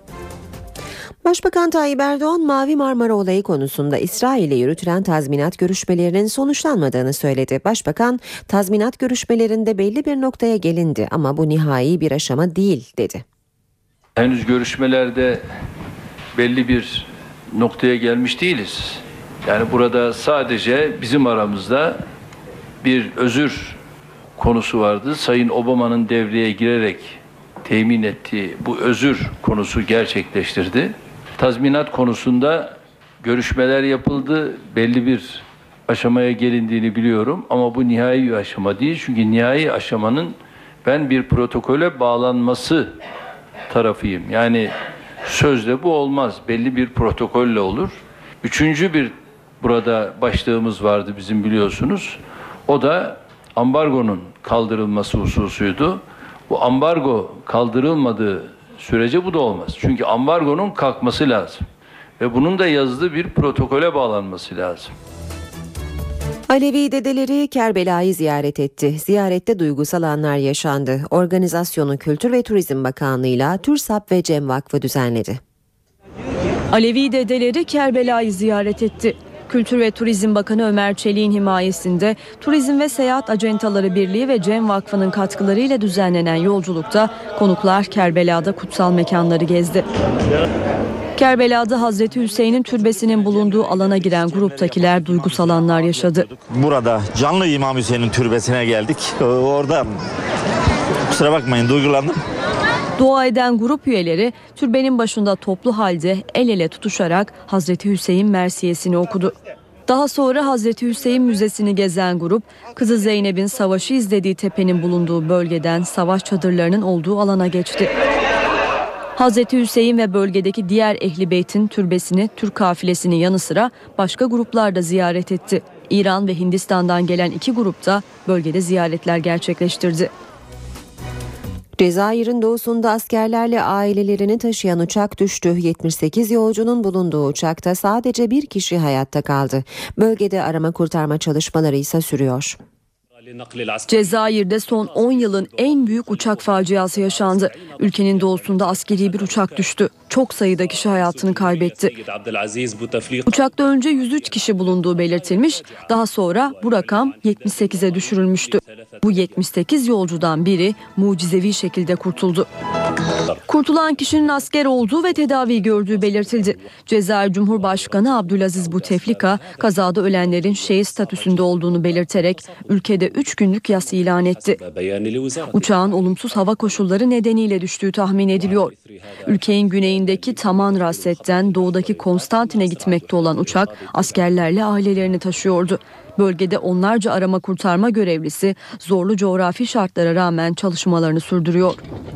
Başbakan Tayyip Erdoğan, Mavi Marmara olayı konusunda İsrail'le yürütülen tazminat görüşmelerinin sonuçlanmadığını söyledi. Başbakan, tazminat görüşmelerinde belli bir noktaya gelindi ama bu nihai bir aşama değil dedi. Henüz görüşmelerde belli bir noktaya gelmiş değiliz. Yani burada sadece bizim aramızda bir özür konusu vardı. Sayın Obama'nın devreye girerek temin ettiği bu özür konusu gerçekleştirdi. Tazminat konusunda görüşmeler yapıldı. Belli bir aşamaya gelindiğini biliyorum ama bu nihai bir aşama değil. Çünkü nihai aşamanın ben bir protokole bağlanması tarafıyım. Yani sözle bu olmaz. Belli bir protokolle olur. Üçüncü bir burada başlığımız vardı bizim biliyorsunuz. O da ambargonun kaldırılması hususuydu. Bu ambargo kaldırılmadığı sürece bu da olmaz. Çünkü ambargonun kalkması lazım. Ve bunun da yazılı bir protokole bağlanması lazım. Alevi dedeleri Kerbela'yı ziyaret etti. Ziyarette duygusal anlar yaşandı. Organizasyonu Kültür ve Turizm Bakanlığı'yla TÜRSAP ve Cem Vakfı düzenledi. Alevi dedeleri Kerbela'yı ziyaret etti. Kültür ve Turizm Bakanı Ömer Çelik'in himayesinde Turizm ve Seyahat Acentaları Birliği ve Cem Vakfı'nın katkılarıyla düzenlenen yolculukta konuklar Kerbela'da kutsal mekanları gezdi. Kerbela'da Hazreti Hüseyin'in türbesinin bulunduğu alana giren gruptakiler duygusal anlar yaşadı. Burada canlı İmam Hüseyin'in türbesine geldik. Orada kusura bakmayın duygulandım. Dua eden grup üyeleri türbenin başında toplu halde el ele tutuşarak Hazreti Hüseyin mersiyesini okudu. Daha sonra Hazreti Hüseyin Müzesi'ni gezen grup, kızı Zeynep'in savaşı izlediği tepenin bulunduğu bölgeden savaş çadırlarının olduğu alana geçti. Hazreti Hüseyin ve bölgedeki diğer Ehl-i Beyt'in türbesini, Türk kafilesinin yanı sıra başka gruplar da ziyaret etti. İran ve Hindistan'dan gelen iki grup da bölgede ziyaretler gerçekleştirdi. Cezayir'in doğusunda askerlerle ailelerini taşıyan uçak düştü. 78 yolcunun bulunduğu uçakta sadece bir kişi hayatta kaldı. Bölgede arama kurtarma çalışmaları ise sürüyor. Cezayir'de son 10 yılın en büyük uçak faciası yaşandı. Ülkenin doğusunda askeri bir uçak düştü. Çok sayıda kişi hayatını kaybetti. Uçakta önce 103 kişi bulunduğu belirtilmiş, daha sonra bu rakam 78'e düşürülmüştü. Bu 78 yolcudan biri mucizevi şekilde kurtuldu. Kurtulan kişinin asker olduğu ve tedavi gördüğü belirtildi. Cezayir Cumhurbaşkanı Abdülaziz Bouteflika kazada ölenlerin şehit statüsünde olduğunu belirterek ülkede 3 günlük yas ilan etti. Uçağın olumsuz hava koşulları nedeniyle düştüğü tahmin ediliyor. Ülkenin güneyindeki Taman Rasset'ten doğudaki Konstantin'e gitmekte olan uçak askerlerle ailelerini taşıyordu. Bölgede onlarca arama kurtarma görevlisi zorlu coğrafi şartlara rağmen çalışmalarını sürdürüyor.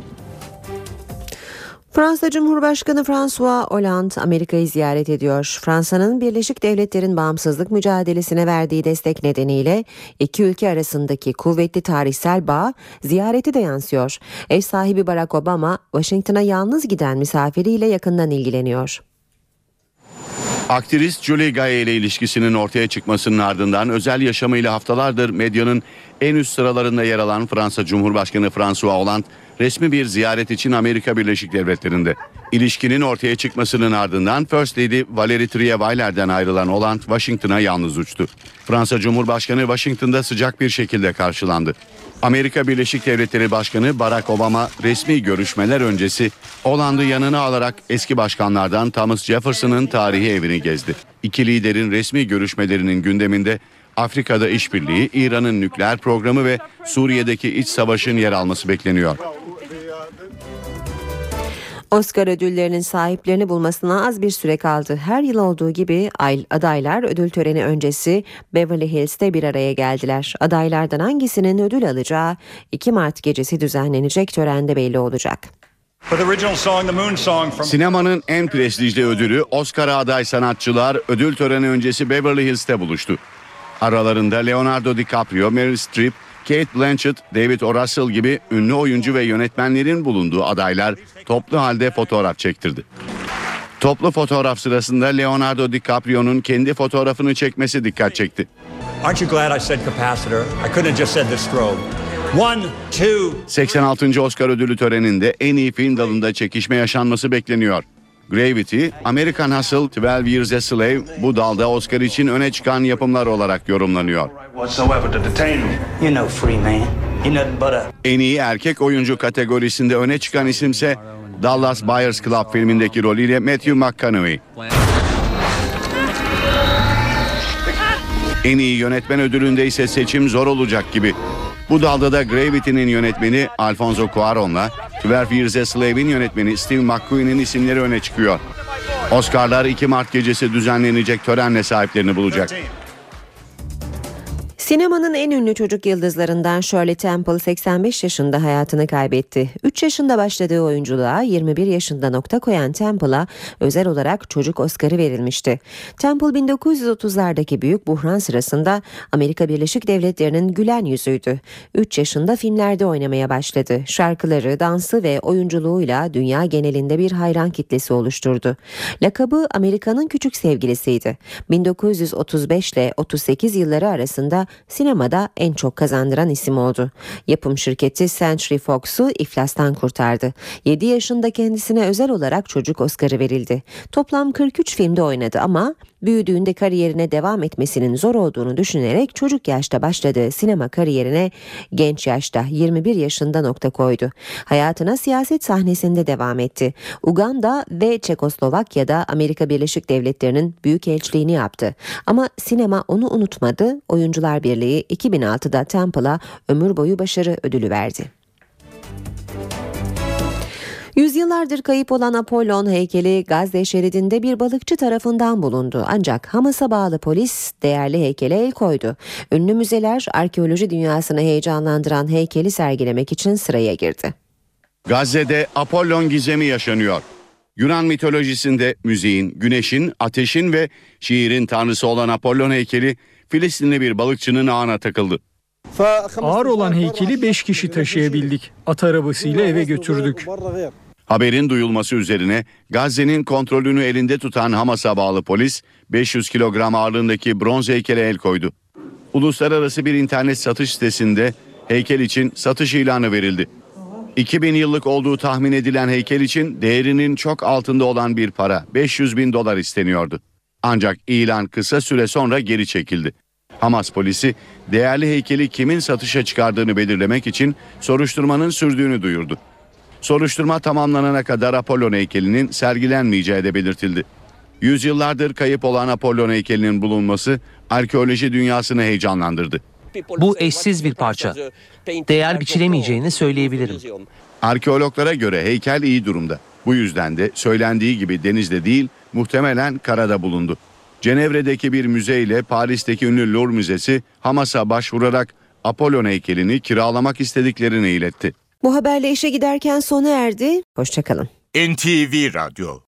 Fransa Cumhurbaşkanı François Hollande Amerika'yı ziyaret ediyor. Fransa'nın Birleşik Devletler'in bağımsızlık mücadelesine verdiği destek nedeniyle iki ülke arasındaki kuvvetli tarihsel bağ ziyareti de yansıyor. Ev sahibi Barack Obama, Washington'a yalnız giden misafiriyle yakından ilgileniyor. Aktrist Julie Gaye ile ilişkisinin ortaya çıkmasının ardından özel yaşamıyla haftalardır medyanın en üst sıralarında yer alan Fransa Cumhurbaşkanı François Hollande resmi bir ziyaret için Amerika Birleşik Devletleri'nde. İlişkinin ortaya çıkmasının ardından First Lady Valérie Trierweiler'den ayrılan Hollande Washington'a yalnız uçtu. Fransa Cumhurbaşkanı Washington'da sıcak bir şekilde karşılandı. Amerika Birleşik Devletleri Başkanı Barack Obama resmi görüşmeler öncesi Hollande'ı yanına alarak eski başkanlardan Thomas Jefferson'ın tarihi evini gezdi. İki liderin resmi görüşmelerinin gündeminde Afrika'da işbirliği, İran'ın nükleer programı ve Suriye'deki iç savaşın yer alması bekleniyor. Oscar ödüllerinin sahiplerini bulmasına az bir süre kaldı. Her yıl olduğu gibi adaylar ödül töreni öncesi Beverly Hills'te bir araya geldiler. Adaylardan hangisinin ödül alacağı 2 Mart gecesi düzenlenecek törende belli olacak. Sinemanın en prestijli ödülü Oscar'a aday sanatçılar ödül töreni öncesi Beverly Hills'te buluştu. Aralarında Leonardo DiCaprio, Meryl Streep, Kate Blanchett, David O. Russell gibi ünlü oyuncu ve yönetmenlerin bulunduğu adaylar toplu halde fotoğraf çektirdi. Toplu fotoğraf sırasında Leonardo DiCaprio'nun kendi fotoğrafını çekmesi dikkat çekti. Aren't you glad I said capacitor? I couldn't have just said the strobe. 86. Oscar ödülü töreninde en iyi film dalında çekişme yaşanması bekleniyor. Gravity, American Hustle, 12 Years a Slave bu dalda Oscar için öne çıkan yapımlar olarak yorumlanıyor. En iyi erkek oyuncu kategorisinde öne çıkan isimse Dallas Buyers Club filmindeki rolüyle Matthew McConaughey. En iyi yönetmen ödülünde ise seçim zor olacak gibi. Bu dalda da Gravity'nin yönetmeni Alfonso Cuarón'la 12 Years a Slave'in yönetmeni Steve McQueen'in isimleri öne çıkıyor. Oscar'lar 2 Mart gecesi düzenlenecek törenle sahiplerini bulacak. Sinemanın en ünlü çocuk yıldızlarından Shirley Temple 85 yaşında hayatını kaybetti. 3 yaşında başladığı oyunculuğa 21 yaşında nokta koyan Temple'a özel olarak çocuk Oscar'ı verilmişti. Temple 1930'lardaki büyük buhran sırasında Amerika Birleşik Devletleri'nin gülen yüzüydü. 3 yaşında filmlerde oynamaya başladı. Şarkıları, dansı ve oyunculuğuyla dünya genelinde bir hayran kitlesi oluşturdu. Lakabı Amerika'nın küçük sevgilisiydi. 1935 ile 38 yılları arasında sinemada en çok kazandıran isim oldu. Yapım şirketi Century Fox'u iflastan kurtardı. 7 yaşında kendisine özel olarak çocuk Oscar'ı verildi. Toplam 43 filmde oynadı ama büyüdüğünde kariyerine devam etmesinin zor olduğunu düşünerek çocuk yaşta başladığı sinema kariyerine genç yaşta 21 yaşında nokta koydu. Hayatına siyaset sahnesinde devam etti. Uganda ve Çekoslovakya'da Amerika Birleşik Devletleri'nin büyükelçiliğini yaptı. Ama sinema onu unutmadı. Oyuncular Birliği 2006'da Temple'a ömür boyu başarı ödülü verdi. Yüzyıllardır kayıp olan Apollon heykeli Gazze şeridinde bir balıkçı tarafından bulundu. Ancak Hamas'a bağlı polis değerli heykele el koydu. Ünlü müzeler arkeoloji dünyasını heyecanlandıran heykeli sergilemek için sıraya girdi. Gazze'de Apollon gizemi yaşanıyor. Yunan mitolojisinde müziğin, güneşin, ateşin ve şiirin tanrısı olan Apollon heykeli Filistinli bir balıkçının ağına takıldı. Ağır olan heykeli 5 kişi taşıyabildik. At arabasıyla eve götürdük. Haberin duyulması üzerine Gazze'nin kontrolünü elinde tutan Hamas'a bağlı polis 500 kilogram ağırlığındaki bronz heykele el koydu. Uluslararası bir internet satış sitesinde heykel için satış ilanı verildi. 2000 yıllık olduğu tahmin edilen heykel için değerinin çok altında olan bir para, $500.000 isteniyordu. Ancak ilan kısa süre sonra geri çekildi. Hamas polisi değerli heykeli kimin satışa çıkardığını belirlemek için soruşturmanın sürdüğünü duyurdu. Soruşturma tamamlanana kadar Apollon heykelinin sergilenmeyeceği de belirtildi. Yüzyıllardır kayıp olan Apollon heykelinin bulunması arkeoloji dünyasını heyecanlandırdı. Bu eşsiz bir parça. Değer biçilemeyeceğini söyleyebilirim. Arkeologlara göre heykel iyi durumda. Bu yüzden de söylendiği gibi denizde değil, muhtemelen karada bulundu. Cenevre'deki bir müze ile Paris'teki ünlü Louvre Müzesi Hamas'a başvurarak Apollon heykelini kiralamak istediklerini iletti. Bu haberle işe giderken sona erdi. Hoşçakalın. NTV Radyo